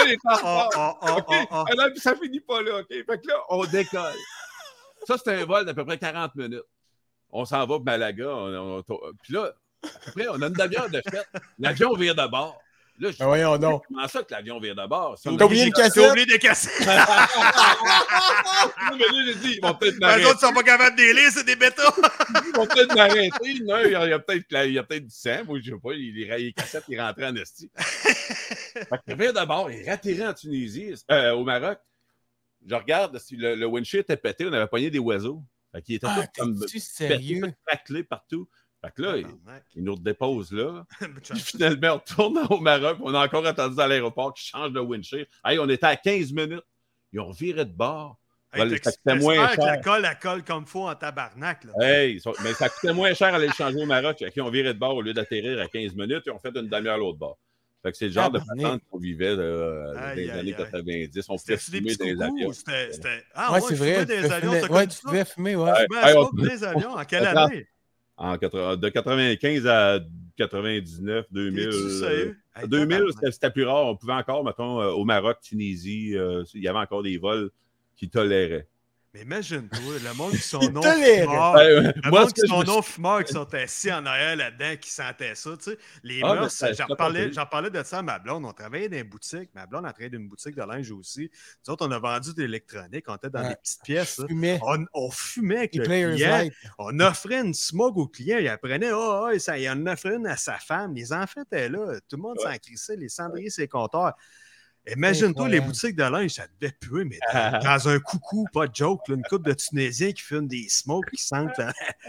S3: Ça finit pas là, OK? Fait que là, on décolle. Ça, c'était un vol d'à peu près 40 minutes. On s'en va pour Malaga. Puis là, après, on a une demi-heure de fête. L'avion vire de bord. Là, je dis,
S1: voyons donc.
S3: Comment ça que l'avion vire de bord?
S1: T'as oublié une cassette?
S2: T'as oublié des cassettes.
S3: Mais là, j'ai dit, ils vont peut-être m'arrêter.
S2: Les autres sont pas capables de délire, c'est des bétons.
S3: Ils vont peut-être m'arrêter. Non, il y a peut-être du sang. Moi, je sais pas. Les cassettes, ils rentraient en esti. Fait que vire de bord, il est atterri en Tunisie, au Maroc. Je regarde, le windshield était pété, on avait pogné des oiseaux. Fait qu'il était tout comme pété, tout craquelé partout. Fait que là, il nous redépose là. Puis finalement, on retourne au Maroc. On a encore attendu dans l'aéroport qu'ils changent de windshield. Hey, on était à 15 minutes. Ils ont viré de bord.
S2: Hey, ça coûtait moins cher. La colle comme il faut en tabarnak. Là.
S3: Hey, mais ça coûtait moins cher aller le changer au Maroc. Ils ont viré de bord au lieu d'atterrir à 15 minutes. Ils ont fait une demi-heure à l'autre bord. Fait que c'est le genre de patente qu'on vivait dans les années 90. On pouvait fumer dans les avions.
S2: Ah, c'est vrai. Des avions,
S1: tu pouvais fumer, ouais.
S2: Des avions. En quelle année?
S3: De 95 à 99, 2000. 2000, c'était plus rare. On pouvait encore, mettons, au Maroc, Tunisie, il y avait encore des vols qui toléraient.
S2: Mais imagine-toi, le monde qui sont non-fumeurs, qui sont assis en arrière là-dedans, qui sentaient ça, tu sais. Les mœurs, j'en parlais de ça à ma blonde. On travaillait dans une boutique. Ma blonde a travaillé dans une boutique de linge aussi. Nous autres, on a vendu de l'électronique. On était dans des petites pièces. On fumait avec le client. On offrait une smoke au client. Il apprenait, il en offrait une à sa femme. Les enfants étaient là. Tout le monde s'en crissait. Les cendriers, ses compteurs. Imagine-toi, les boutiques de linge, ça devait puer, mais dans un coucou, pas de joke, là, une couple de Tunisiens qui fument des smokes, qui sentent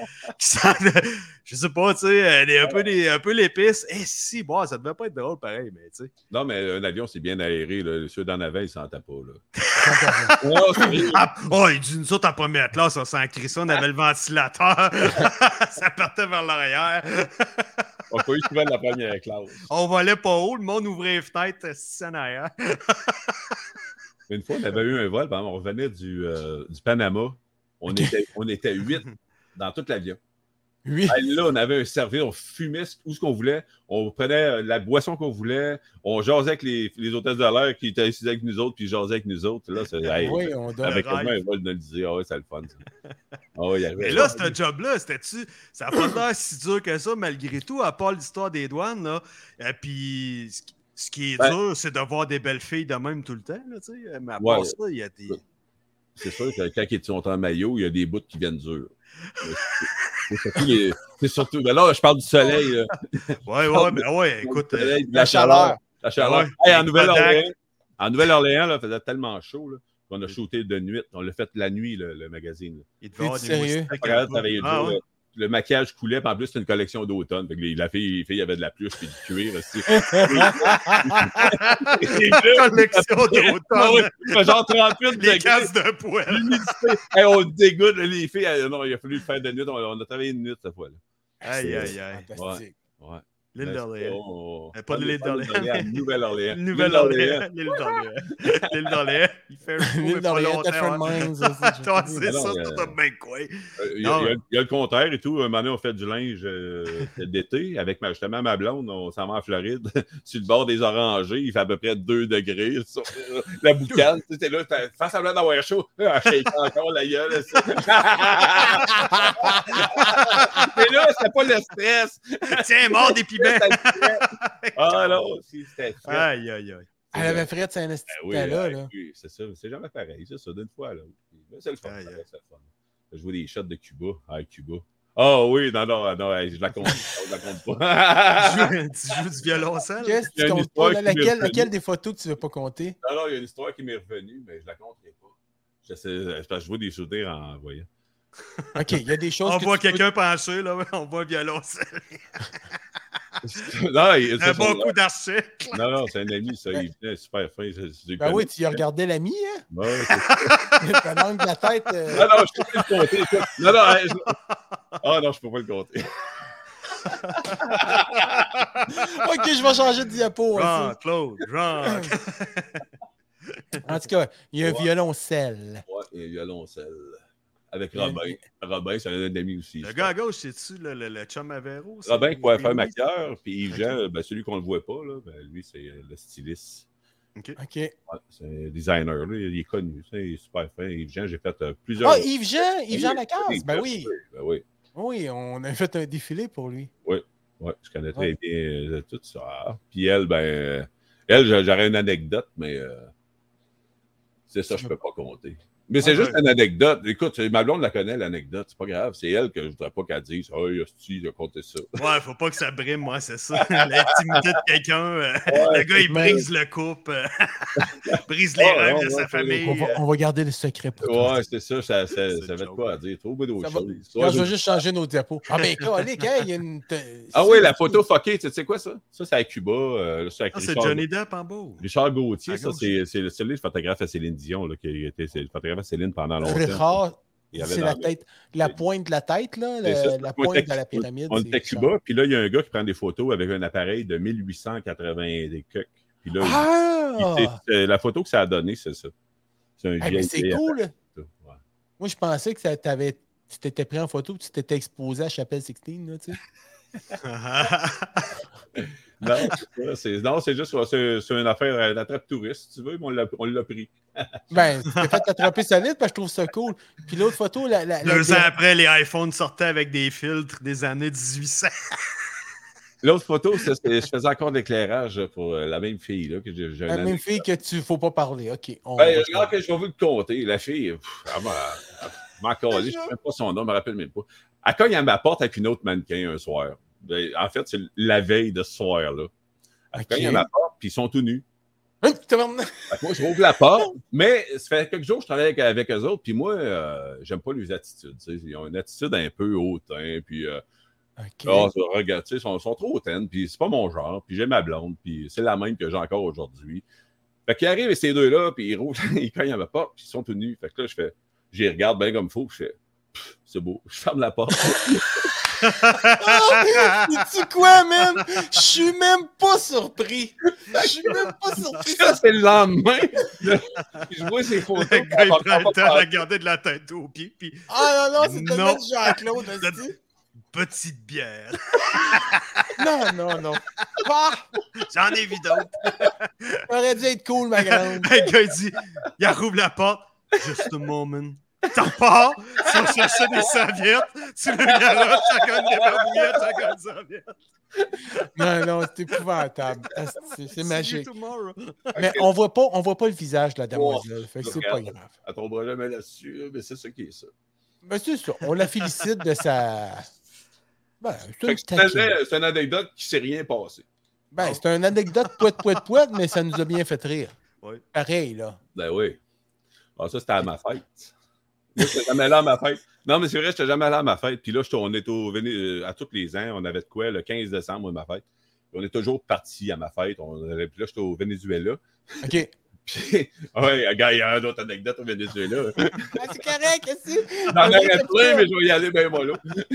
S2: je sais pas, tu sais, un peu l'épice. Si, bon, ça devait pas être drôle pareil, mais tu sais.
S3: Non, mais un avion, c'est bien aéré, là. Ceux d'en avant, ils sentaient pas, là.
S2: Il dit, nous autres, en première classe, on s'en crissait, on avait le ventilateur, ça partait vers l'arrière.
S3: On n'a pas eu souvent de la première classe.
S2: On volait pas haut, le monde ouvrait les fenêtres, si en arrière.
S3: Une fois, on avait eu un vol, on revenait du Panama. On était 8 dans tout l'avion. 8? Là, on avait un service, on fumait où ce qu'on voulait, on prenait la boisson qu'on voulait, on jasait avec les hôtesses de l'air qui étaient assis avec nous autres, puis ils jasaient avec nous autres. Là, avec un vol de le dire, c'est le fun.
S2: Mais là, ce job-là, ça n'a pas l'air si dur que ça, malgré tout, à part l'histoire des douanes. Là. Puis, ce qui est dur, c'est de voir des belles filles de même tout le temps. Là, mais à part ça, il y a des...
S3: C'est sûr que quand ils sont en maillot, il y a des bouts qui viennent durs. C'est surtout. Mais là, je parle du soleil.
S2: Écoute.
S3: La chaleur. La chaleur. En Nouvelle-Orléans, là, faisait tellement chaud là, qu'on a shooté de nuit. On l'a fait la nuit, le magazine.
S1: Il devait avoir des
S3: moustiques. Le maquillage coulait, puis en plus, c'était une collection d'automne. La fille, il y avait de la pluche et du cuir aussi.
S2: Collection d'automne.
S3: Genre 38
S2: les cases de poêle.
S3: On dégoûte, les filles. Non, il a fallu le faire de nuit. On a travaillé une nuit cette fois-là.
S2: Aïe.
S3: Ouais.
S2: L'île d'Orléans.
S3: Pas
S2: Pas de l'île d'Orléans.
S3: Nouvelle-Orléans.
S2: Nouvelle-Orléans. L'île d'Orléans. L'île d'Orléans. Il fait un show, mais pas longtemps.
S1: Different Minds aussi.
S2: Toi, c'est
S3: Non,
S2: ça, c'est tout un bien quoi.
S3: Il y a le contraire et tout. Un moment donné, on fait du linge d'été avec justement ma blonde. On s'en va en Floride. Sur le bord des orangers, il fait à peu près 2 degrés. Sur la boucane. Tu sais, là, fais semblant d'avoir chaud. Ah, je shake encore la gueule. Mais là, c'était pas le stress.
S2: Tiens, mort des piments.
S3: Ah non, c'était frais.
S2: Aïe, aïe, aïe.
S1: Elle avait Fred, c'est un là.
S3: Oui, c'est ça. C'est jamais pareil, ça d'une fois. Là. Mais c'est le fun.
S2: Aïe, aïe.
S3: C'est le fun. Je vois des shots de Cuba. Ah, Cuba. Ah oui, non, je la compte pas.
S2: Tu joues du violoncelle?
S1: Qu'est-ce que
S3: Il y a
S1: tu
S3: une
S1: comptes
S3: histoire
S1: pas?
S3: qui m'est
S1: Laquelle
S3: revenue.
S1: des photos que tu veux pas compter?
S3: Non, il y a une histoire qui m'est revenue, mais je la compterai pas. Parce que je vois des souvenirs en voyant.
S1: OK, il y a des choses
S2: On
S1: que
S2: voit
S1: tu peux-
S2: quelqu'un pencher, là, on voit un violoncelle.
S3: Non,
S2: Un bon coup d'archette.
S3: Non, c'est un ami, ça. Il venait super fin.
S1: Ben oui, tu y as regardé l'ami, hein?
S3: Ouais, c'est ça.
S1: Ta langue de la tête.
S3: Non, je peux pas le compter. Écoute. Ah non, je peux pas le compter.
S1: OK, je vais changer de diapo.
S2: Jean,
S1: aussi.
S2: Claude, Jean.
S1: En tout cas, il y a un violoncelle.
S3: Ouais, il y a un violoncelle. Avec Robin. Robin, c'est un ami aussi.
S2: Le gars à gauche, c'est-tu le chum à Véro?
S3: Robin, coiffeur maquilleur, puis Yves Jean, celui qu'on ne le voit pas, là, lui, c'est le styliste.
S1: OK.
S3: Ouais, c'est un designer, là, il est connu, il est super fin. Yves Jean, j'ai fait plusieurs.
S1: Ah, Yves-Jean Lacasse, ben oui.
S3: Ben oui.
S1: Oui, on a fait un défilé pour lui.
S3: Oui, je connais très bien tout ça. Puis elle, j'aurais une anecdote, mais c'est ça, je peux pas compter. Mais c'est juste une anecdote. Écoute, ma blonde la connaît, l'anecdote. C'est pas grave. C'est elle que je voudrais pas qu'elle dise. Oh, il a compté ça.
S2: Ouais, faut pas que ça brime, moi, c'est ça. L'intimité de quelqu'un. Le gars, il brise le couple. Brise les rêves de sa famille.
S1: On va garder le secret pour toi.
S3: Ouais, c'est ça. Ça va être quoi à dire? Trop d'autres choses.
S1: Là, je vais juste changer nos diapos. Ah, ben, calique, hein, il y a une.
S3: Ah oui, la photo fuckée, tu sais quoi ça? Ça, c'est à Cuba.
S2: C'est Johnny Depp en beau.
S3: Richard Gauthier, ça, c'est celui de photographe à Céline Dion, là, qui était le photographe à Céline pendant longtemps.
S1: Richard, c'est la tête, la pointe de la tête, là, la pointe de la pyramide.
S3: On était à Cuba, puis là, il y a un gars qui prend des photos avec un appareil de 1880 des coques. Puis là, la photo que ça a donné, c'est ça. C'est un vieil.
S1: C'est cool. Ouais. Moi, je pensais que tu t'étais pris en photo, que tu t'étais exposé à Chapelle 16, là, tu sais.
S3: Non, c'est juste c'est une affaire d'attrape touriste, si tu veux, mais on l'a pris.
S1: Ben, tu t'es fait attraper solide parce que je trouve ça cool. Puis l'autre photo,
S2: 2 ans après, les iPhones sortaient avec des filtres des années 1800.
S3: L'autre photo, je faisais encore de l'éclairage pour la même fille. Là,
S1: la même fille que tu ne faut pas parler. OK.
S3: Je vais vous le compter. La fille, elle m'a collé. Je ne sais même pas son nom, je ne me rappelle même pas. Elle cogne à ma porte avec une autre mannequin un soir. En fait, c'est la veille de ce soir-là. Elle cogne à ma porte, puis ils sont tout nus. Moi, je rouvre la porte, mais ça fait quelques jours que je travaille avec eux autres, puis moi, j'aime pas leurs attitudes. Ils ont une attitude un peu hautaine, puis regarde, ils sont trop hautaines, puis c'est pas mon genre, puis j'ai ma blonde, puis c'est la même que j'ai encore aujourd'hui. Fait qu'ils arrivent, ces deux-là, puis ils cognent à ma porte, puis ils sont tout nus. Fait que là, j'y regarde bien comme il faut, je fais, c'est beau, je ferme la porte.
S1: Sais-tu quoi, man? Je suis même pas surpris. Je suis même pas surpris.
S3: Ça, c'est le lendemain. Je vois ces photos.
S2: Le gars, il prend le temps de regarder de la tête aux pieds. Puis...
S1: Ah non, c'était notre Jean-Claude.
S2: Petite bière.
S1: Non. Ah!
S2: J'en ai vu d'autres.
S1: T'aurais dû être cool, ma grande.
S2: Le gars, il dit, il rouvre la porte. Just a moment. T'en pars, tu vas chercher des serviettes, tu le garoches, chacun des barbouillettes, chacun des serviettes.
S1: Non, c'est épouvantable. C'est magique. Mais on voit pas le visage de la demoiselle. Fait que c'est pas grave.
S3: Elle tombera jamais là-dessus, mais c'est ça qui est ça.
S1: Ben, c'est ça. On la félicite de sa. Ben,
S3: c'est une anecdote qui ne s'est rien passé.
S1: Ben, c'est une anecdote poète, mais ça nous a bien fait rire.
S2: Oui.
S1: Pareil, là.
S3: Ben oui. Ah, ça, c'était à ma fête. Moi, je n'étais jamais là à ma fête. Non, mais c'est vrai, je n'étais jamais allé à ma fête. Puis là, on est à tous les ans. On avait de quoi, le 15 décembre, ma fête. Puis on est toujours partis à ma fête. Puis là, j'étais au Venezuela.
S1: OK.
S3: Puis, ouais, gars, il y a une autre anecdote au Venezuela.
S1: Ah, c'est correct, qu'est-ce que
S3: J'en aurais plein, mais je vais y aller bien mollo.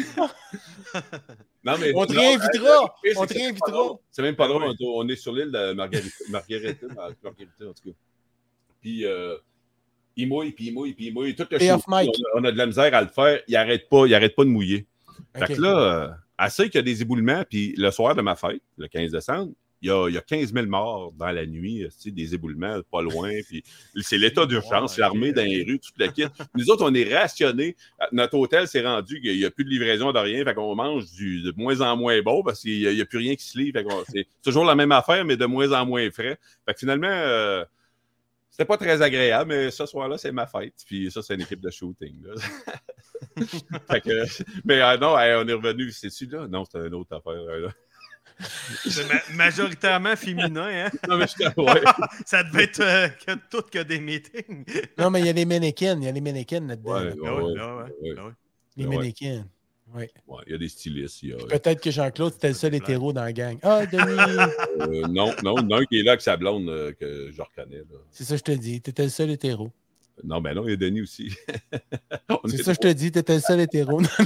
S3: Non, mais,
S1: on te réinvitera. On te
S3: c'est
S1: réinvitera.
S3: C'est même pas drôle. On est sur l'île de Margarita, en tout cas. Puis, il mouille. Tout le show, on a de la misère à le faire. Il arrête pas de mouiller. Fait que là, assez qu'il y a des éboulements, puis le soir de ma fête, le 15 décembre, il y a 15 000 morts dans la nuit, des éboulements pas loin, puis c'est l'état d'urgence, l'armée dans les rues, toute la kit. Nous autres, on est rationnés. Notre hôtel s'est rendu qu'il n'y a plus de livraison de rien, fait qu'on mange de moins en moins bon parce qu'il n'y a plus rien qui se livre. C'est toujours la même affaire, mais de moins en moins frais. Fait que finalement, c'était pas très agréable, mais ce soir-là, c'est ma fête. Puis ça, c'est une équipe de shooting. Là. Fait que, mais non, on est revenu. C'est-tu là? Non, c'était une autre affaire. Là.
S2: C'est majoritairement féminin, hein?
S3: Non, mais ouais.
S2: Ça devait être tout que des meetings.
S1: Non, mais il y a les mannequins. Il y a les mannequins là-dedans.
S2: Ouais.
S1: Les mannequins. Oui.
S3: Ouais, il y a des stylistes.
S1: Peut-être que Jean-Claude, c'était le seul hétéro dans la gang. Ah, Denis!
S3: Non, il y en a un qui est là avec sa blonde que je reconnais. Là.
S1: C'est ça que je te dis. Tu étais le seul hétéro.
S3: Non, mais non, il y a Denis aussi.
S1: C'est ça que je te dis. Tu étais le seul hétéro. Non.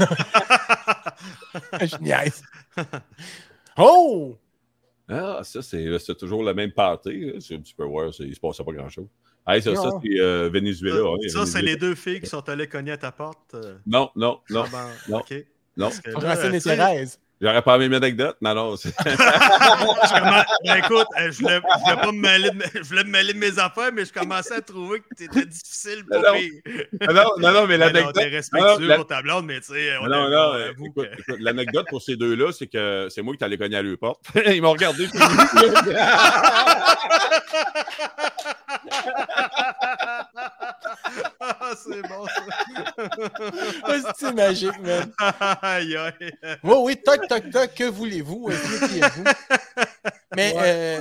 S1: Je niaise. Oh!
S3: Ah, ça, c'est toujours le même party. Tu peux voir, il ne se passait pas grand-chose. Hey, ça c'est Venezuela.
S2: Ça, c'est les deux filles qui sont allées cogner à ta porte.
S3: Non.
S2: OK.
S3: Non.
S1: Racine et Thérèse.
S3: J'aurais pas mis mes anecdotes. Non.
S2: Écoute, je voulais me mêler de mes affaires, mais je commençais à trouver que t'étais difficile pour
S3: Non, mais l'anecdote...
S2: T'es respectueux pour ta blonde, mais tu sais...
S3: Écoute, l'anecdote pour ces deux-là, c'est que c'est moi qui t'allais cogner à leur porte. Ils m'ont regardé.
S2: C'est bon, ça.
S1: C'est magique, man.
S2: Aïe.
S1: Oui, toc, que voulez-vous? Mais,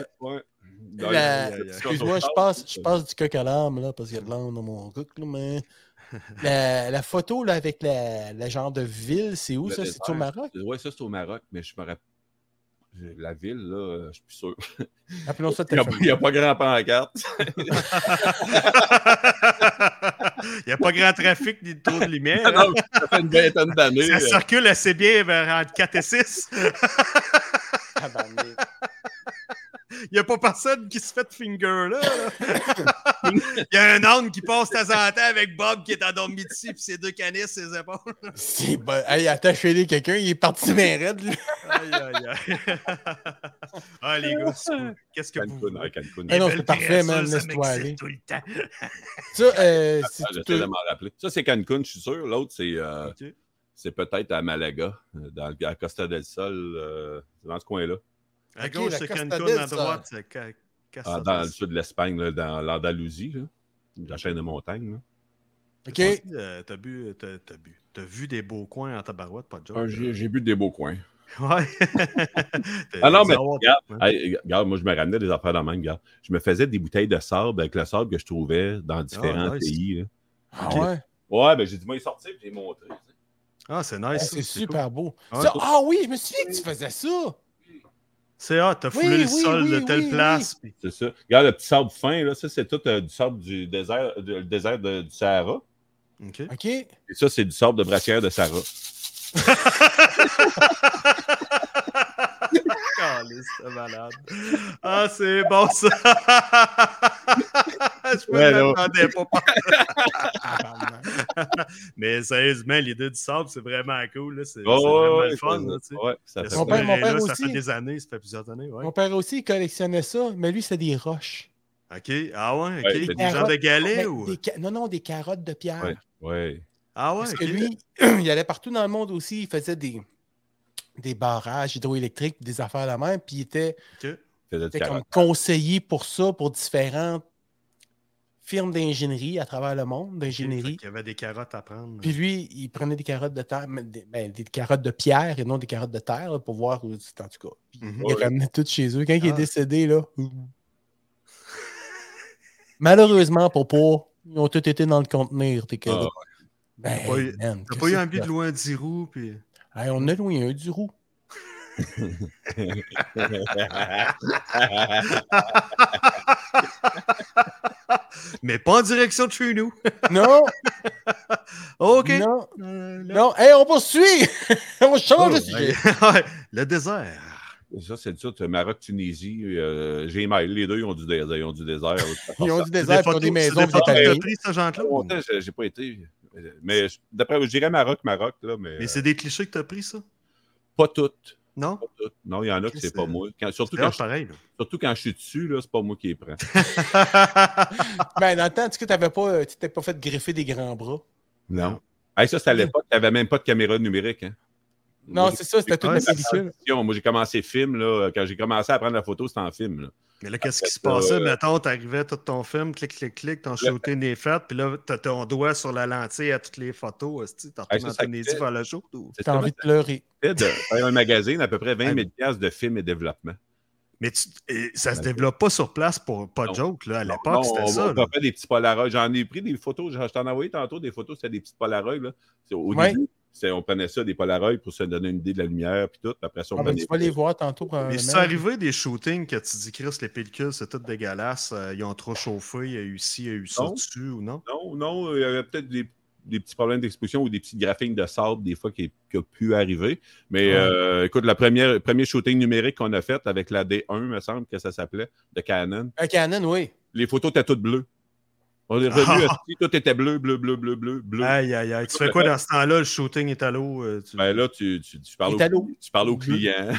S1: excuse-moi, je passe du coq à l'âme, là, parce qu'il y a de l'âme dans mon coq, là, mais la photo, là, avec la genre de ville, c'est où, ça? C'est au Maroc?
S3: Oui, ça, c'est au Maroc, mais je me rappelle. La ville, là, je suis plus sûr.
S1: Appelons ça
S3: Il n'y a pas grand pancarte.
S2: Il n'y a pas grand trafic ni trop de lumière.
S3: Non, ça fait une vingtaine d'années.
S2: Ça circule assez bien vers entre 4 et 6. Il n'y a pas personne qui se fait de finger là. Il y a un âne qui passe de temps en temps avec Bob qui est endormi dessus puis ses deux canisses, ses épaules.
S1: C'est bon. Hey, attachez-les quelqu'un, il est parti bien raide.
S2: Aïe. Ah, les gars, qu'est-ce que
S3: Cancun,
S2: vous...
S3: Cancun.
S1: Non, c'est parfait, man. Laisse-toi aller.
S2: Tout le temps.
S3: Ça, j'essaie de m'en rappeler. Ça, c'est Cancun, je suis sûr. L'autre, c'est peut-être à Malaga, à Costa del Sol, dans ce coin-là.
S2: À gauche, c'est Cancun, à droite, c'est
S3: dans le sud de l'Espagne, là, dans l'Andalousie, la chaîne de montagnes. Là.
S1: OK.
S2: T'as vu des beaux coins en tabarouette, pas de joke?
S3: J'ai vu des beaux coins.
S2: Ouais.
S3: Non, mais regarde, moi, je me ramenais des affaires dans la main, regarde. Je me faisais des bouteilles de sable avec le sable que je trouvais dans différents pays. Là.
S1: Ah ouais?
S3: Ouais, ben j'ai dit, moi, il est sorti et j'ai montré.
S2: Ah, c'est nice.
S1: C'est super
S2: cool.
S1: beau.
S2: Ouais.
S1: Ça, oui, je me souviens que tu faisais ça.
S2: T'as foulé le sol de telle place. Puis...
S3: C'est ça. Regarde le petit sable fin, là, ça, c'est tout du sable du désert, du Sahara.
S1: OK.
S3: Et ça, c'est du sable de brassière de Sahara.
S2: C'est malade. Ah, c'est bon, ça. Je me demandais pas. Mais sérieusement, l'idée du sable, c'est vraiment cool. Là. C'est vraiment le fun. Là, tu sais.
S1: Ça fait
S2: ça fait des années, ça fait plusieurs années. Ouais.
S1: Mon père aussi, il collectionnait ça, mais lui, c'est des roches.
S2: OK. Ah ouais, OK.
S3: Ouais,
S2: des genres de galets ou...
S1: Non, des carottes de pierre.
S3: Ouais.
S2: Ah ouais,
S1: parce que lui, il allait partout dans le monde aussi, il faisait des barrages hydroélectriques, des affaires de la même, puis il était comme conseiller pour ça, pour différentes firmes d'ingénierie à travers le monde, d'ingénierie.
S2: Il y avait des carottes à prendre.
S1: Puis lui, il prenait des carottes de terre, des carottes de pierre et non des carottes de terre, là, pour voir où, en tout cas. Puis il ramenait tout chez eux. Quand il est décédé, là... Malheureusement, papa, ils ont tous été dans le conteneur. T'as
S2: pas eu envie de louer un 10 roues, puis...
S1: Hey, on a loué un 10 roues.
S2: Mais pas en direction de chez nous.
S1: Non.
S2: OK.
S1: Non. Non. Hey, on poursuit. On change de sujet.
S2: Ouais. Le désert.
S3: Ça, c'est ça, Maroc-Tunisie, Gmail, les deux, ils ont du désert. Ils ont du désert,
S1: ils ont du désert, ils ont des maisons.
S2: C'est des pris, ça, Jean-Claude?
S3: Longtemps, j'ai pas été. Mais d'après, je dirais Maroc, là. Mais
S2: c'est des clichés que tu as pris, ça?
S3: Pas toutes.
S2: Non?
S3: Pas toutes. Non, il y en a que c'est pas moi. Surtout quand je suis dessus, là, c'est pas moi qui les prends.
S1: Ben, dans le temps, tu t'avais pas fait greffer des grands bras.
S3: Non. Hey, ça, c'était à l'époque, tu n'avais même pas de caméra numérique. Hein.
S1: Non, moi, c'est ça, c'était toute la pellicule.
S3: Moi, j'ai commencé film, là. Quand j'ai commencé à prendre la photo, c'était en film. Là.
S2: Mais là, qu'est-ce qui se passait? Mettons, t'arrivais tout ton film, clic, ton shooting est fait, puis là, t'as ton doigt sur la lentille à toutes les photos. T'as retourné en Tunisie faire le show.
S1: T'as envie de pleurer.
S3: De faire un magazine à peu près 20 000 $, de film et développement.
S2: Mais ça se développe pas sur place pour pas de joke, là. À l'époque, c'était ça.
S3: On fait des petits Polaroids. J'en ai pris des photos. Je t'en ai envoyé tantôt des photos, c'était des petits Polaroids. Là. Au début, on prenait ça, des Polaroids, pour se donner une idée de la lumière, puis tout. Après ça,
S1: tu vas les voir tantôt.
S2: Mais c'est arrivé des shootings que tu dis, Chris, les pellicules, c'est tout dégueulasse. Ils ont trop chauffé, il y a eu ci, il y a eu ça dessus, ou non?
S3: Non, il y avait peut-être des petits problèmes d'exposition ou des petites graphiques de sable, des fois, qui ont pu arriver. Mais écoute, le premier shooting numérique qu'on a fait avec la D1, me semble que ça s'appelait, de Canon.
S1: Canon, oui.
S3: Les photos étaient toutes bleues. On est revenu, tout était bleu.
S2: Aïe. Tu fais quoi dans ce temps-là? Le shooting est à l'eau?
S3: Ben là, tu parles au client.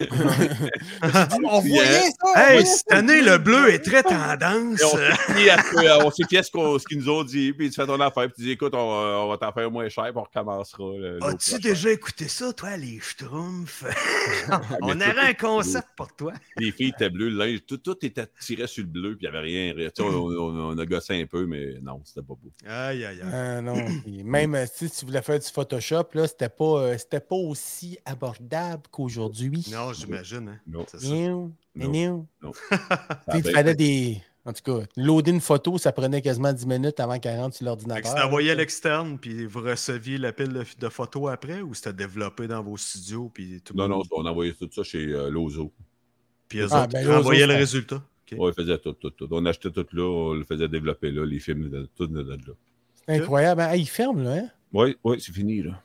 S1: On voyait ça!
S2: Hey, cette année, le bleu est très tendance.
S3: On sait ce qu'ils nous ont dit, puis tu fais ton affaire, puis tu dis, écoute, on va t'en faire moins cher, puis on recommencera.
S2: As-tu déjà écouté ça, toi, les Schtroumpfs? On aurait un concept pour toi.
S3: Les filles étaient bleues, le linge, tout était tiré sur le bleu, puis il n'y avait rien. On a gossé un peu, mais non, c'était pas beau.
S2: Aïe.
S1: Non. Même si tu voulais faire du Photoshop, là, c'était pas aussi abordable qu'aujourd'hui.
S2: Non, j'imagine. Hein.
S3: Non.
S2: C'est ça.
S1: Non. Il fallait des... En tout cas, loader une photo, ça prenait quasiment 10 minutes avant qu'elle rentre sur l'ordinateur.
S2: Tu envoyé à l'externe, puis vous receviez la pile de photos après, ou c'était développé dans vos studios? Puis tout
S3: non, on envoyait tout ça chez Lozo.
S2: Puis eux autres, envoyaient le résultat.
S3: Okay. Oui, ils faisaient tout. On achetait tout là, on le faisait développer là, les films, tout de là.
S1: C'est incroyable. Hein? Ils ferment, là, hein?
S3: Oui, c'est fini, là.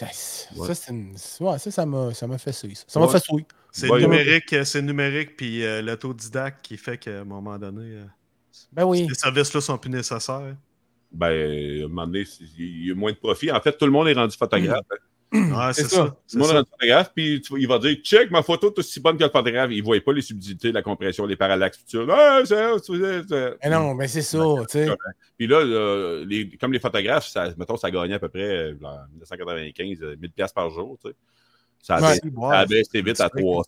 S1: Ça m'a fait ça. Ça m'a fait souiller.
S2: C'est numérique, puis l'autodidacte qui fait qu'à un moment donné, ces services-là sont plus nécessaires.
S3: Ben, à un moment donné, il y a moins de profit. En fait, tout le monde est rendu photographe.
S2: C'est ça.
S3: Tout le monde est rendu photographe, puis il va dire, check, ma photo est aussi bonne que le photographe. Il ne voit pas les subtilités, la compression, les parallaxes, tout ça.
S1: Non, mais c'est ça, tu sais.
S3: Puis là, comme les photographes, ça gagnait à peu près, en 1995, 1000 $ par jour, tu sais. Ça a baissé vite à 300.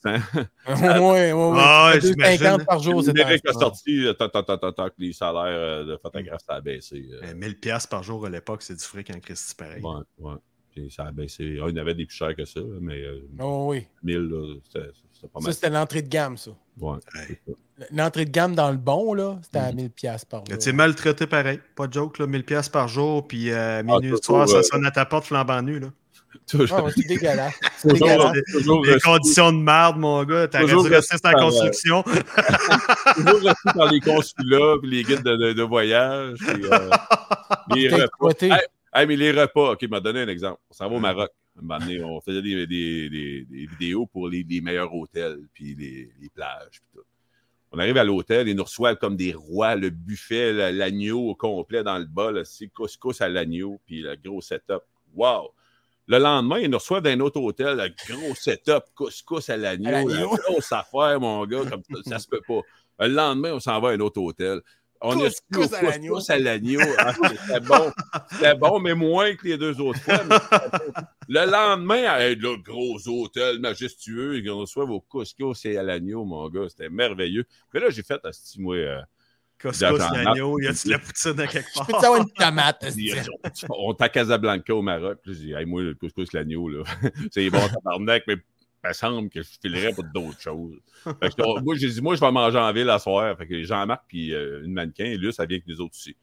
S1: Oui. 250 par jour, c'est
S3: le numérique a sorti, les salaires de photographes, ça a baissé.
S2: 1000 $ par jour à l'époque, c'est du fric en Christi pareil.
S3: Ouais. Puis ça a baissé. Il y en avait des plus chers que ça, mais 1000, là, c'était pas mal.
S1: Ça, c'était l'entrée de gamme, ça.
S3: Ouais.
S1: L'entrée de gamme dans le bon, là, c'était à 1000 $ par jour.
S2: Tu es maltraité pareil. Pas de joke, là, 1000 $ par jour, puis minuit du soir, ça sonne à ta porte flambant nu, là.
S1: C'est dégueulasse.
S2: Les conditions de merde, mon gars. T'as dû rester dans la construction.
S3: Toujours resté par les consulats puis les guides de voyage. Les repas. Mais les repas, OK, m'a donné un exemple. On s'en va au Maroc. Un moment donné, on faisait des vidéos pour les meilleurs hôtels puis les plages. Puis tout. On arrive à l'hôtel et nous reçoivent comme des rois, le buffet, l'agneau au complet dans le bas, c'est couscous à l'agneau, puis le gros setup. Wow! Le lendemain, ils nous reçoivent d'un autre hôtel, le gros setup, couscous à l'agneau, la grosse affaire, mon gars, comme ça se peut pas. Le lendemain, on s'en va à un autre hôtel. On a couscous à l'agneau. C'était bon, mais moins que les deux autres fois. Le lendemain, le gros hôtel majestueux, ils reçoivent vos couscous à l'agneau, mon gars. C'était merveilleux. Mais là, j'ai fait un petit
S2: couscous à l'agneau, y a-tu de la poutine à quelque part?
S1: Je peux te avoir une tomate.
S3: On est à Casablanca au Maroc. Puis j'ai dit, moi, le couscous l'agneau, là, c'est bon, tabarnak, mais il me semble que je filerais pour d'autres choses. Moi, j'ai dit, je vais manger en ville à soir. Fait que Jean-Marc puis une mannequin, et lui, ça vient avec nous autres aussi.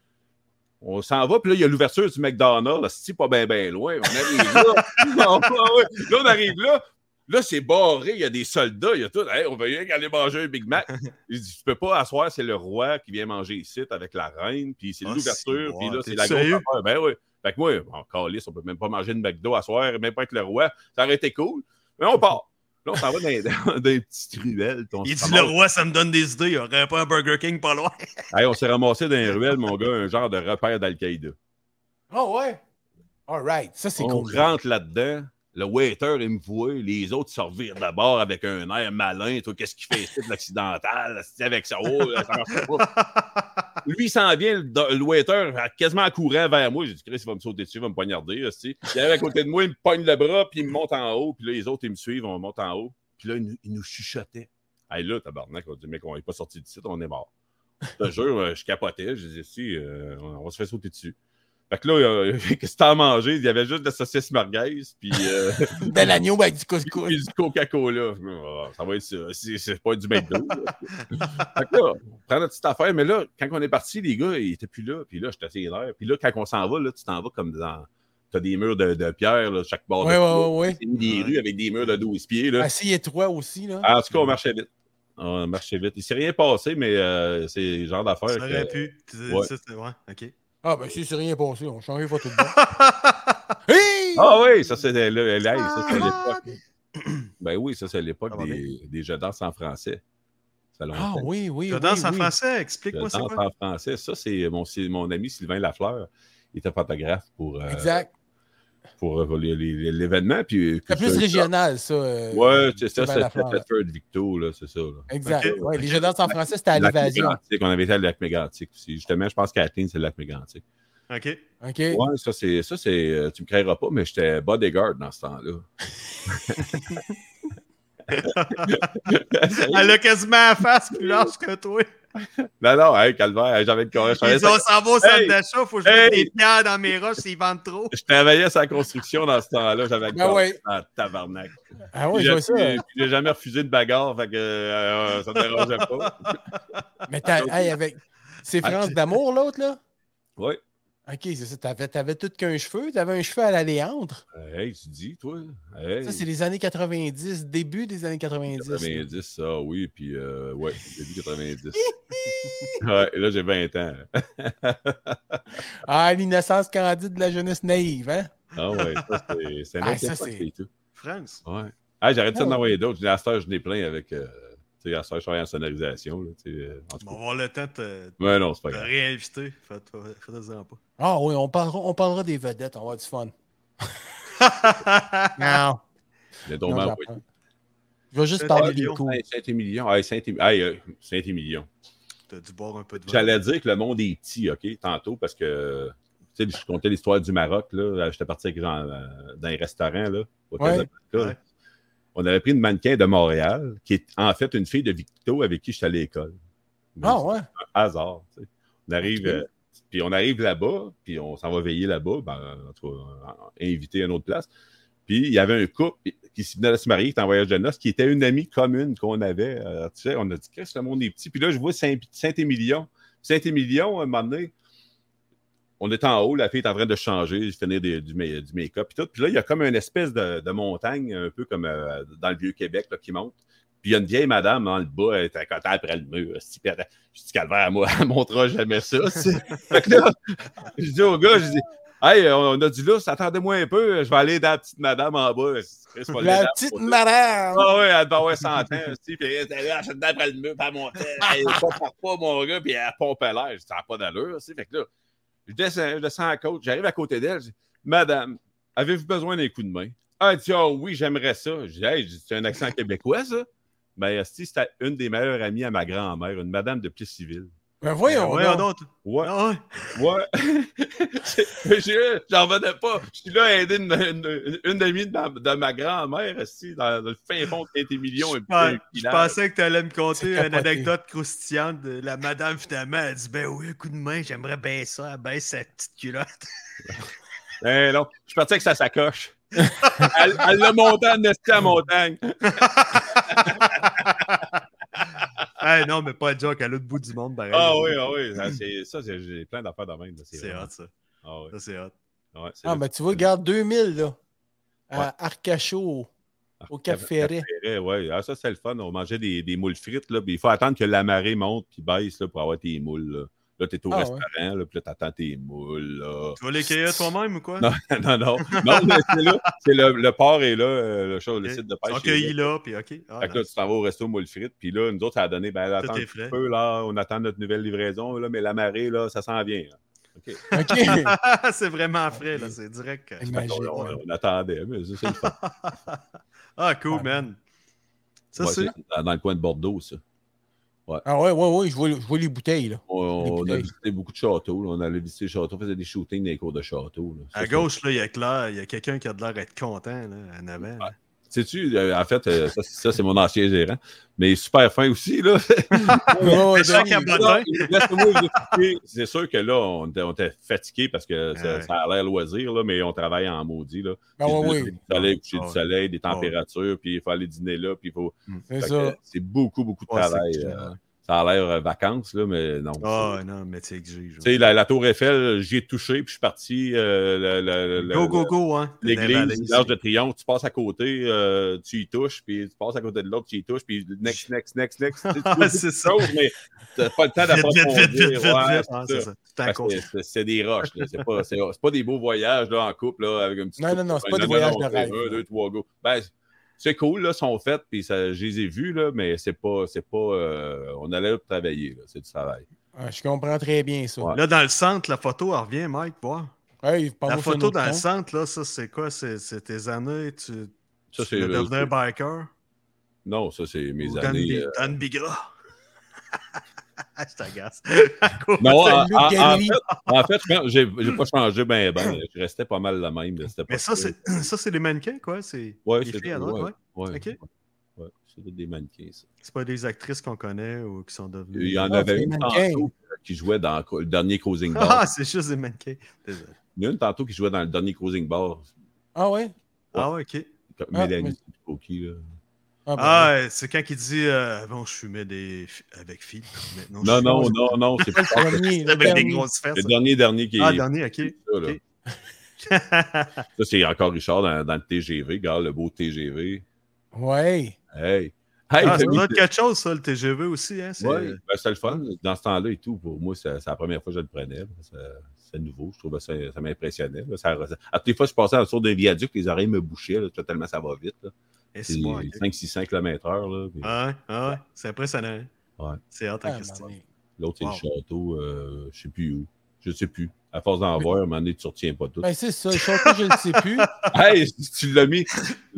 S3: On s'en va, puis là, il y a l'ouverture du McDonald's. C'est pas bien loin. On arrive là. Là, on arrive là. Là, c'est barré, il y a des soldats, il y a tout. Hey, on va y aller manger un Big Mac. Il dit, tu peux pas asseoir, c'est le roi qui vient manger ici avec la reine, puis c'est l'ouverture, puis là, c'est la grosse affaire. Ben oui. Fait que moi, en calice, on peut même pas manger de McDo à soir, même pas avec le roi. Ça aurait été cool. Mais on part. Là, on s'en va dans des petites ruelles.
S2: Il dit, le roi, ça me donne des idées. Il n'y aurait pas un Burger King pas loin.
S3: Hey, on s'est ramassé dans les ruelles, mon gars, un genre de repère d'Al-Qaïda.
S1: Oh ouais. All right. Ça, c'est
S3: On
S1: cool.
S3: rentre là-dedans. Le waiter, il me voit. Les autres se revirent d'abord avec un air malin. Toi, qu'est-ce qu'il fait ici de l'occidental? Avec ça, ça marche pas. Lui, il s'en vient, le waiter, quasiment en courant vers moi. J'ai dit, Chris, il va me sauter dessus, il va me poignarder. Il arrive à côté de moi, il me pogne le bras, puis il me monte en haut. Puis là, les autres, ils me suivent, on monte en haut. Puis là, il nous chuchotait. Hey, là, tabarnak, on dit, mec, on n'est pas sorti d'ici, on est mort. Je te jure, je capotais. Je disais, si, on se fait sauter dessus. Fait que là, qu'est-ce que t'as à manger? Il y avait juste de la saucisse merguez, puis...
S1: de l'agneau avec du couscous.
S3: Puis du Coca-Cola. Ça va être ça. C'est pas du McDo. Fait que là, on prend notre petite affaire, mais là, quand on est parti, les gars, ils étaient plus là. Puis là, j'étais assez énervé. Puis là, quand on s'en va, là, tu t'en vas comme dans... T'as des murs de pierre, là, chaque bord
S1: de
S3: C'est des rues avec des murs de 12 pieds. Là.
S1: Assez étroit aussi, là.
S3: En tout cas, on marchait vite. On marchait vite. Il s'est rien passé, mais c'est le genre d'affaire.
S2: Ça aurait pu.
S3: Ouais.
S2: Ça, ouais, OK.
S1: Ah, ben, si c'est rien passé, on change pas tout le temps. Hey!
S3: Ah oui, ça, c'est l'époque. Ben oui, ça, c'est l'époque des jeux danse en français.
S1: Ah oui, oui.
S2: Je danse en français, explique-moi ça.
S3: Je danse en français. Ça, c'est mon ami Sylvain Lafleur. Il était photographe pour.
S1: Exact.
S3: Pour l'événement.
S1: C'est plus régional, ça.
S3: Ouais, c'est ça, c'était Thetford Victo, là, c'est ça. Là.
S1: Exact. Okay. Ouais, les jeux danse en français, c'était à l'Évasion.
S3: On avait été à Lac Mégantic aussi. Justement, je pense qu'à Athènes, c'est le Lac Mégantic.
S2: OK.
S3: Ouais, ça, c'est. Tu me créeras pas, mais j'étais bodyguard dans ce temps-là.
S2: Elle a quasiment la face plus large que toi.
S3: Non, hey, calvaire, j'avais le corps.
S2: Ils ont s'en va au centre d'achat, faut que je mette des pierres dans mes roches s'ils vendent trop.
S3: Je travaillais sur la construction dans ce temps-là, j'avais le corps en tabarnak.
S1: Ah oui, je vois ça.
S3: J'ai jamais refusé de bagarre, fait que ça ne dérangeait pas.
S1: Mais avec... C'est France d'Amour, l'autre, là?
S3: Oui.
S1: OK, c'est ça. T'avais tout qu'un cheveu. T'avais un cheveu à la Léandre.
S3: Hey, tu dis, toi. Hey.
S1: Ça, c'est les années 90, début des années 90.
S3: 90, ça, oui. Puis, ouais, début 90. Ouais, là, j'ai 20 ans.
S1: Ah, l'innocence candide de la jeunesse naïve, hein?
S3: Ah, ouais, ça, c'est un autre époque et tout.
S2: France.
S3: Ouais. Ah, j'arrête ça d'en envoyer d'autres. À cette heure, je n'ai plein avec. Tu sais, à cette heure, je travaille en sonorisation. Là,
S2: on va avoir le temps de
S3: réinviter.
S2: Faites-en pas.
S1: Ah oui, on parlera des vedettes. On va avoir du fun. Non.
S3: Le dommage.
S1: Je vais juste parler des coups.
S3: Saint-Émilion. Saint-Émilion.
S2: T'as dû boire un peu de vin.
S3: J'allais dire que le monde est petit, OK, tantôt, parce que tu sais, je comptais l'histoire du Maroc. Là. J'étais parti avec dans les restaurants là, au Casablanca. On avait pris une mannequin de Montréal, qui est en fait une fille de Victo avec qui j'étais à l'école.
S1: Ah ouais?
S3: Un hasard. Tu sais. On arrive, puis on arrive là-bas, puis on s'en va veiller là-bas, en tout cas, invité à une autre place. Puis il y avait un couple qui venait de se marier, qui était en voyage de noces, qui était une amie commune qu'on avait. Tu sais, on a dit, qu'est-ce que le monde est petit? Puis là, je vois Saint-Émilion. Saint-Émilion, à un moment donné, on est en haut, la fille est en train de changer, finir du make-up et tout. Puis là, il y a comme une espèce de montagne, un peu comme dans le Vieux-Québec, là, qui monte. Puis il y a une vieille madame dans le bas, elle est à côté après le mur. Je dis, calvaire, moi, elle ne montrera jamais ça. Fait que là, je dis au gars, je dis, hey, on a dit là, attendez-moi un peu, je vais aller dans la petite madame en bas.
S1: La petite madame!
S3: Ah oui, elle doit avoir 100 ans. Puis elle était là, après le mur, puis elle montait. Elle ne pas, mon gars, puis elle pompait l'air. Je dis, ça n'a pas d'allure. Fait que là, je descends à la côte, j'arrive à côté d'elle, je dis, madame, avez-vous besoin d'un coup de main? Ah, elle dit, oh oui, j'aimerais ça. Je dis, hey, c'est un accent québécois, ça? Ben, c'était une des meilleures amies à ma grand-mère, une madame de Plessisville.
S1: Ben voyons
S2: d'autres.
S3: Ouais. Ouais. J'en revenais pas. Je suis là à aider une amie de ma grand-mère, dans le fin fond de Saint-Émilion.
S2: Je pensais que tu allais me conter une anecdote croustillante de la madame, finalement. Elle dit, ben oui, un coup de main, j'aimerais bien ça. Elle baisse sa petite culotte.
S3: Ben non, je suis parti avec sa sacoche. Elle l'a monté en esti à montagne.
S2: Hey, non, mais pas de joke, à l'autre bout du monde, pareil.
S3: Ah oui. J'ai plein d'affaires de même.
S2: C'est hot, ça.
S3: Ah, oui.
S2: Ça, c'est hot.
S3: Ouais,
S1: ben tu vois, regarde 2000, là, à Arcachon. Au Cap Ferret.
S3: Oui, ça, c'est le fun. On mangeait des moules frites, là, puis il faut attendre que la marée monte puis baisse là, pour avoir tes moules. Là, t'es au restaurant, là, puis là, t'attends tes moules. Là.
S2: Tu vas les cueillir toi-même ou quoi?
S3: Non. Non, mais c'est là. C'est le port est là, le site de pêche.
S2: Ils sont cueillis là, puis OK.
S3: Fait que là, tu t'en vas au resto moules frites, puis là, nous autres, ça a donné, attends un petit peu, là, on attend notre nouvelle livraison, là, mais la marée, là, ça s'en vient. Là. OK.
S2: C'est vraiment frais, là, c'est direct.
S3: On attendait, mais c'est le fun.
S2: Ah, cool, man. Ça, c'est
S3: dans le coin de Bordeaux, ça. Ouais.
S1: Ah ouais, je vois les bouteilles, là.
S3: On a visité beaucoup de châteaux. Là. On allait visiter les châteaux, on faisait des shootings dans les cours de châteaux. Là.
S2: À gauche, là, il y a quelqu'un qui a de l'air d'être content, là, en avant.
S3: Ouais. Sais-tu, en fait, ça c'est mon ancien gérant, mais super fin aussi, là. C'est sûr que là, on était fatigués parce que ça a l'air loisir, là, mais on travaille en maudit, là. Du soleil, des températures, puis il faut aller dîner là, puis il faut... C'est beaucoup de travail. Ça a l'air vacances, là, mais non.
S2: Non, mais tu exiges.
S3: Tu sais, la Tour Eiffel, j'y ai touché, puis je suis parti.
S2: Go, hein.
S3: L'église, l'Arche de Triomphe, tu passes à côté, tu y touches, puis tu passes à côté de l'autre, tu y touches, puis next.
S2: C'est ça.
S3: Mais tu n'as pas le temps d'approfondir. C'est des roches, là. C'est pas des beaux voyages là, en couple, là, avec un petit.
S1: Non, c'est pas des voyages de rêve.
S3: 1, 2, 3, go. C'est cool, là, sont faites, puis je les ai vus, là, mais c'est pas on allait travailler, là, c'est du travail.
S1: Je comprends très bien ça.
S2: Ouais. Là, dans le centre, la photo, elle revient, Mike, voir.
S1: Ouais,
S2: la photo dans le centre, là, ça, c'est quoi? C'est tes années, tu es devenu un biker?
S3: Non, ça, c'est mes années...
S2: Dan Bigra. Je t'agace.
S3: Non, en fait, j'ai pas changé ben. Je restais pas mal la même.
S2: Mais ça, c'est des mannequins, quoi?
S3: Oui, c'est
S2: des droite,
S3: ouais.
S2: OK.
S3: Ouais, c'est des mannequins, ça.
S2: C'est pas des actrices qu'on connaît ou qui sont devenues...
S3: Il y en avait une tantôt qui jouait dans le dernier Cruising Bar.
S2: Ah, c'est juste des mannequins. Désolé.
S3: Il y en a une tantôt qui jouait dans le dernier Cruising Bar.
S1: Ah ouais?
S2: Ah ouais, OK.
S3: Mélanie, c'est qui, là.
S2: C'est quand il dit bon, je fumais avec filles.
S3: Non, c'est pas
S1: le premier.
S2: Avec des grosses fesses.
S3: Le dernier qui est.
S2: Ah, le dernier, OK.
S3: Ça, c'est encore Richard dans le TGV, regarde le beau TGV.
S1: Ouais.
S3: Hey,
S2: ça doit être quelque chose, ça, le TGV aussi. Hein?
S3: Oui, c'est le fun. Dans ce temps-là et tout, pour moi, c'est la première fois que je le prenais. C'est nouveau. Je trouvais ça m'impressionnait. À toutes les fois, je passais autour d'un viaduc, les oreilles me bouchaient, là, tellement ça va vite. Là. C'est 500-600 km/h.
S2: Ouais. C'est impressionnant.
S3: Ouais.
S2: C'est hâte en question.
S3: L'autre, c'est le château, je sais plus où. Je sais plus. À force d'en voir, à un moment donné, tu ne retiens pas tout.
S1: Ben, c'est ça. Le château, je ne sais plus.
S3: Hey, tu l'as mis.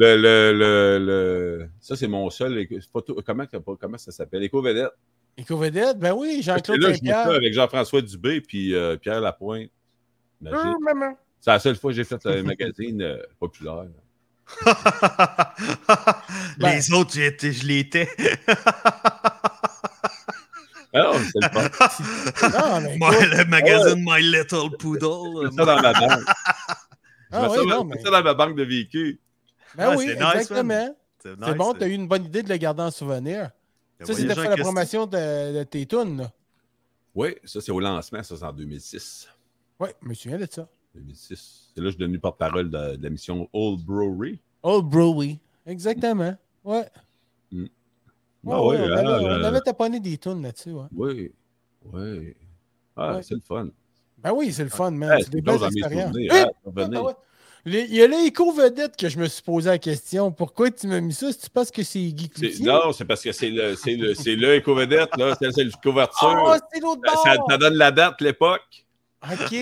S3: Ça, c'est mon seul. Comment ça s'appelle? Éco-Vedette.
S1: Éco-Vedette? Ben oui, Jean-Claude
S3: Saint-Pierre. Avec Jean-François Dubé puis Pierre Lapointe.
S1: Maman.
S3: C'est la seule fois que j'ai fait un magazine populaire.
S2: Les autres, je l'étais.
S3: Alors, c'est le fun.
S2: Le magazine My Little Poodle.
S3: C'est ça dans ma banque.
S1: C'est
S3: ça dans ma banque de véhicules.
S1: Ben oui, exactement.
S2: Nice,
S1: c'est bon, tu as eu une bonne idée de le garder en souvenir. Ça, c'était pour la promotion de tes tunes.
S3: Oui, ça, c'est au lancement. Ça, c'est en 2006.
S1: Oui, je me souviens de ça.
S3: 2006. C'est là que je suis devenu porte-parole de l'émission Old Brewery.
S1: Old Brewery. Exactement. Ouais. On avait taponné des tunes là-dessus. Ouais.
S3: Oui. C'est le fun.
S1: Ben oui, c'est le fun, man. C'est des belles expériences. Il y a l'éco-vedette que je me suis posé la question. Pourquoi tu m'as mis ça? C'est parce que c'est Guy Cloutier?
S3: Non, c'est parce que c'est le éco-vedette. Là. C'est le couverture.
S1: Ah, c'est l'autre bord!
S3: Ça donne la date, l'époque.
S1: OK.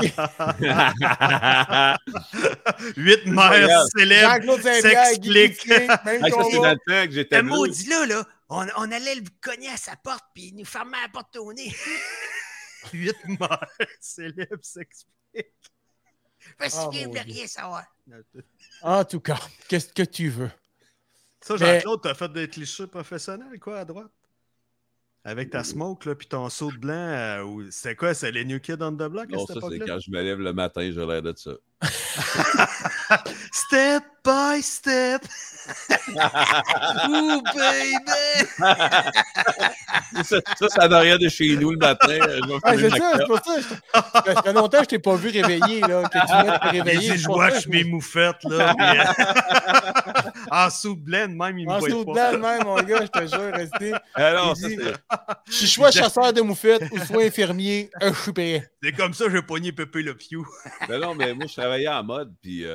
S2: 8 mères célèbres s'expliquent.
S3: Ça, c'est dans le temps que j'étais
S4: le maudit là, on allait le cogner à sa porte puis il nous fermait la porte au nez.
S2: 8 mères célèbres s'expliquent.
S4: Parce qu'il ne voulait rien savoir.
S1: En tout cas, qu'est-ce que tu veux?
S2: Ça, Jean-Claude, t'as fait des clichés professionnels, quoi, à droite? Avec ta smoke, là, puis ton saut de blanc, c'était quoi? C'est les New Kids on the Block?
S3: Non, ça, c'est quand je me lève le matin, j'ai l'air de ça.
S2: Step by step. Ooh, baby!
S3: Ça n'a rien de chez nous le matin.
S1: C'est ça, c'est pour ça. Ça fait longtemps que je t'ai pas vu réveillé, là. Que tu m'as réveillé.
S2: Je watch mes moufettes, là. En sous blend, même, il me
S1: En
S2: voit
S1: sous
S2: pas.
S1: de même, mon gars, je te jure, restez.
S3: Alors,
S1: Il dit, je suis soit chasseur de moufettes ou soit infirmier, je suis prêt.
S2: C'est comme ça que j'ai pogné Pépé le Pew.
S3: non, mais moi, je travaillais en mode, puis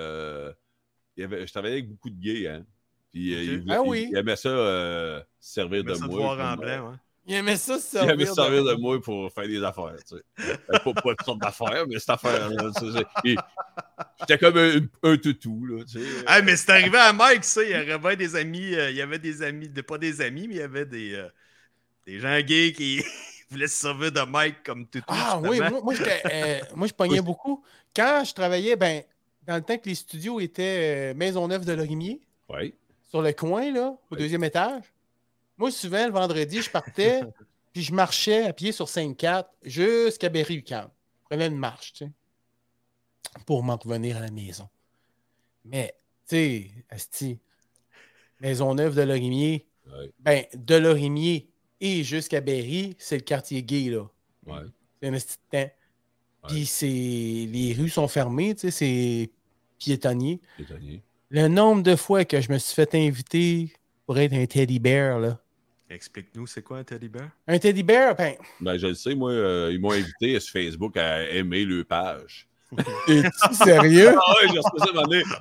S3: je travaillais avec beaucoup de gays, hein. Puis il aimait ça servir de moi.
S2: Voir en blanc, ouais.
S1: Il aimait ça se
S3: Il aimait
S1: servir.
S3: servir de moi pour faire des affaires, tu sais. Pas toutes sortes d'affaires, mais cette affaire-là. J'étais comme un toutou, là, tu sais.
S2: Ah, mais c'est arrivé à Mike, ça. Il y avait bien des amis. Il y avait des amis, pas des amis, mais il y avait des gens gays qui voulaient se servir de Mike comme toutou.
S1: Ah
S2: justement.
S1: oui, moi, je pognais beaucoup. Quand je travaillais, dans le temps que les studios étaient Maisonneuve de Lorimier,
S3: Oui.
S1: sur le coin, là, au deuxième étage, moi, souvent, le vendredi, je partais, puis je marchais à pied sur Sainte-Cat jusqu'à Berry-UQAM. Je prenais une marche, tu sais, pour m'en revenir à la maison. Mais, tu sais, asti, Maisonneuve de Lorimier, de Lorimier et jusqu'à Berry, c'est le quartier gay, là.
S3: Ouais.
S1: C'est un esti de temps. Puis les rues sont fermées, tu sais, c'est piétonnier. Le nombre de fois que je me suis fait inviter pour être un teddy bear, là.
S2: Explique-nous, c'est quoi un teddy bear?
S1: Un teddy bear,
S3: je le sais, moi, ils m'ont invité sur Facebook à aimer leur page.
S1: Es-tu sérieux?
S3: Ah ouais, j'ai reçu ça,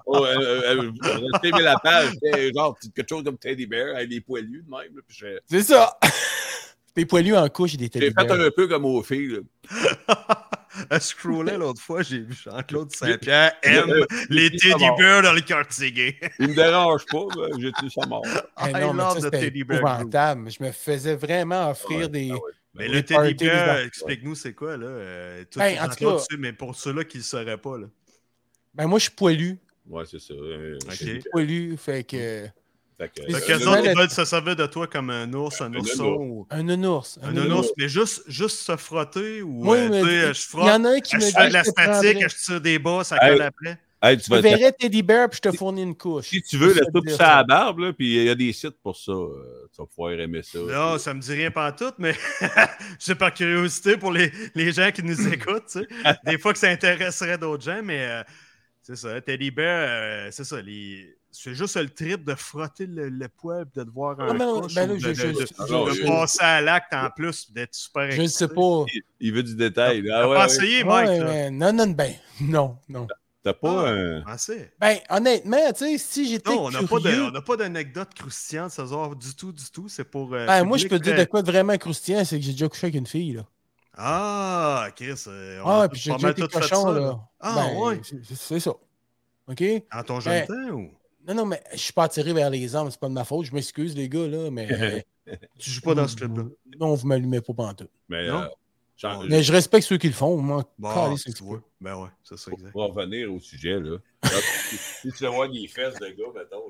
S3: j'ai aimé la page, genre quelque chose comme teddy bear avec des poilus de même. Puis
S1: c'est ça! Des poilus en couche et des teddy
S3: j'ai fait
S1: bears.
S3: un peu comme aux filles.
S2: À scroller l'autre fois, j'ai vu Jean-Claude Saint-Pierre aime les teddy bears dans le quartier gay.
S3: Il me dérange pas, j'ai tué ça mort.
S1: Non, mais ça, c'était épouvantable. Je me faisais vraiment offrir des...
S2: Mais le teddy bear, explique-nous c'est quoi, là?
S1: En tout cas,
S2: mais pour ceux-là qui ne le sauraient pas, là.
S1: Moi, je suis poilu.
S3: Ouais, c'est ça.
S1: Je suis poilu, fait que...
S2: Les autres, ils veulent se servir de toi comme un ours, un ourson.
S1: Un nounours.
S2: Un nounours, mais juste se frotter ou
S1: je
S2: frotte.
S1: Il y en a un qui me dit
S2: je fais de la statique, je tire des bas, ça colle après.
S3: Hey,
S1: tu verrais teddy bear puis je te fournis une couche.
S3: Si tu veux, laisse-toi pousser à la barbe, là, puis il y a des sites pour ça. Tu vas pouvoir aimer ça.
S2: Non, ça me dit rien pantoute, mais c'est par curiosité pour les gens qui nous écoutent. Tu sais. Des fois que ça intéresserait d'autres gens, mais c'est ça. Teddy bear, c'est ça. C'est juste le trip de frotter le poil et de te voir un couche, de passer à l'acte en plus, d'être super excité.
S1: Je ne sais pas.
S3: Il veut du détail.
S2: T'as pas essayé, Mike?
S1: Non.
S3: T'as pas un...
S1: honnêtement, tu sais, si j'étais curieux...
S2: on n'a pas d'anecdote croustillante, ça sort du tout. C'est pour...
S1: moi, je peux te dire de quoi de vraiment croustillant, c'est que j'ai déjà couché avec une fille, là.
S2: Ah, Chris,
S1: puis j'ai déjà été cochon, là.
S2: Ouais.
S1: C'est ça. OK?
S2: En ton jeune temps, ou...
S1: Non, mais je suis pas attiré vers les hommes, c'est pas de ma faute. Je m'excuse, les gars, là, mais...
S2: Tu joues pas dans ce club-là?
S1: Non, vous m'allumez pas pantoute.
S3: Mais
S1: je respecte ceux qui le font. Moi,
S2: tu vois. Ben ouais, c'est ça, exact.
S3: On va revenir au sujet, là. Si tu veux voir des fesses de gars, mettons,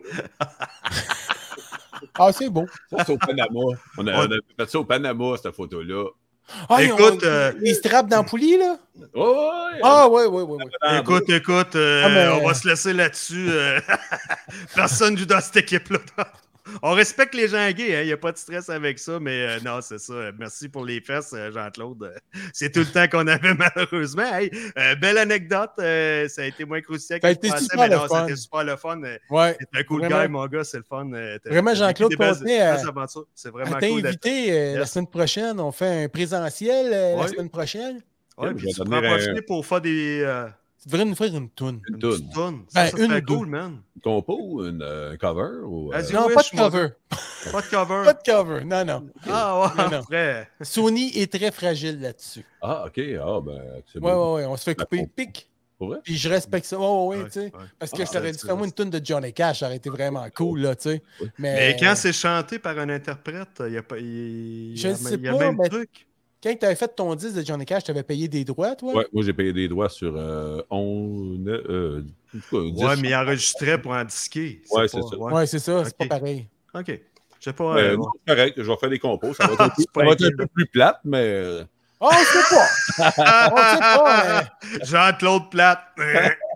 S3: là.
S1: C'est beau.
S3: Ça, c'est au Panama. On a fait ça au Panama, cette photo-là.
S2: Écoute,
S1: les straps dans la poulie, là?
S2: Ouais. Écoute, on va se laisser là-dessus. Personne joue dans cette équipe-là. On respecte les gens gays, il n'y a pas de stress avec ça, mais non, c'est ça. Merci pour les fesses, Jean-Claude. C'est tout le temps qu'on avait, malheureusement. Hey, belle anecdote. Ça a été moins croustillant que je pensais, mais non, c'était super le fun.
S1: Ouais,
S2: c'est un cool guy, mon gars, c'est le fun.
S1: Vraiment, Jean-Claude Pontier,
S2: c'est vraiment
S1: cool.
S2: T'es
S1: invité la semaine prochaine. On fait un présentiel la semaine prochaine.
S2: Oui, puis tu pourras profiter pour faire des...
S1: Tu devrais nous faire une toune.
S2: Une toune. Ça serait cool, man.
S3: Une compo ou un cover? Ou,
S1: non, pas de cover.
S2: Pas de cover.
S1: Pas de cover, non.
S2: Ah ouais, après.
S1: Sony est très fragile là-dessus.
S3: Ah, OK. Ah, ben, c'est
S1: bon. Ouais, on se fait couper le pic.
S3: Pour vrai?
S1: Puis je respecte ça. Ouais, tu sais. Parce que je t'aurais dit, fais-moi une toune de Johnny Cash, ça aurait été vraiment cool, là, tu sais.
S2: Mais quand c'est chanté par un interprète, il y a pas...
S1: Je ne sais pas,
S2: même truc.
S1: Quand tu avais fait ton disque de Johnny Cash, tu avais payé des droits, toi?
S3: Ouais, moi j'ai payé des droits sur 10.
S2: Ouais, mais il enregistrait pour en disquer.
S3: Ouais, c'est ça.
S1: Ouais, c'est ça, c'est pas pareil.
S2: OK. Je sais pas.
S3: C'est correct, je vais faire des compos. Ça va être un peu plus plate, mais.
S1: On sait pas! On sait pas,
S2: Jean-Claude Plate.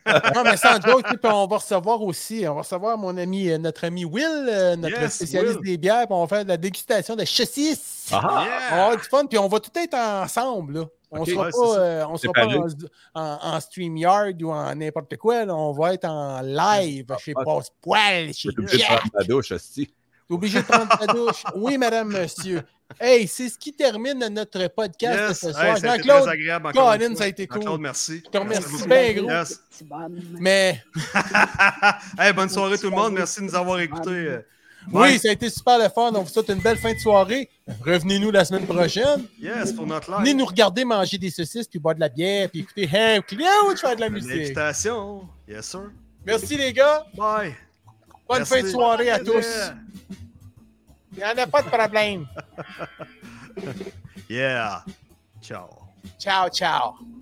S1: Non, mais sans joke, puis on va recevoir mon ami, notre ami Will, notre spécialiste
S2: Will.
S1: des bières, puis on va faire de la dégustation de chassis.
S3: Ah,
S1: On va avoir du fun, puis on va tout être ensemble, là. On
S3: Ok,
S1: sera
S2: ouais,
S1: pas, on sera pas
S3: Séparés.
S1: en StreamYard ou en n'importe quoi, là. On va être en live chez Passe-Poil, chez
S3: je suis obligé de
S1: Jack.
S3: prendre ma douche, hostie.
S1: T'es obligé de prendre ta douche. Oui, madame, monsieur. Hey, c'est ce qui termine notre podcast de
S2: Yes.
S1: ce
S2: Hey,
S1: soir.
S2: ça a été
S1: Jean-Claude,
S2: très agréable encore une
S1: Colin,
S2: fois.
S1: ça a été cool.
S2: Jean-Claude, merci.
S1: Je te remercie
S2: beaucoup.
S1: bien gros.
S2: Yes.
S5: C'est bon.
S1: Mais
S2: Hey, bonne soirée tout le monde. Merci de nous avoir écoutés.
S1: oui, ça a été super le fun. On vous souhaite une belle fin de soirée. Revenez-nous la semaine prochaine.
S2: Yes, pour notre live.
S1: Venez nous regarder manger des saucisses, puis boire de la bière, puis écouter Hey, Cloud faire de la
S2: Une
S1: musique.
S2: invitation. Yes, sir.
S1: Merci les gars.
S2: Bye.
S1: Bonne
S2: Merci.
S1: fin de soirée à tous.
S2: Yeah.
S1: Il n'y en a pas de problème.
S2: Yeah. Ciao.
S1: Ciao, ciao.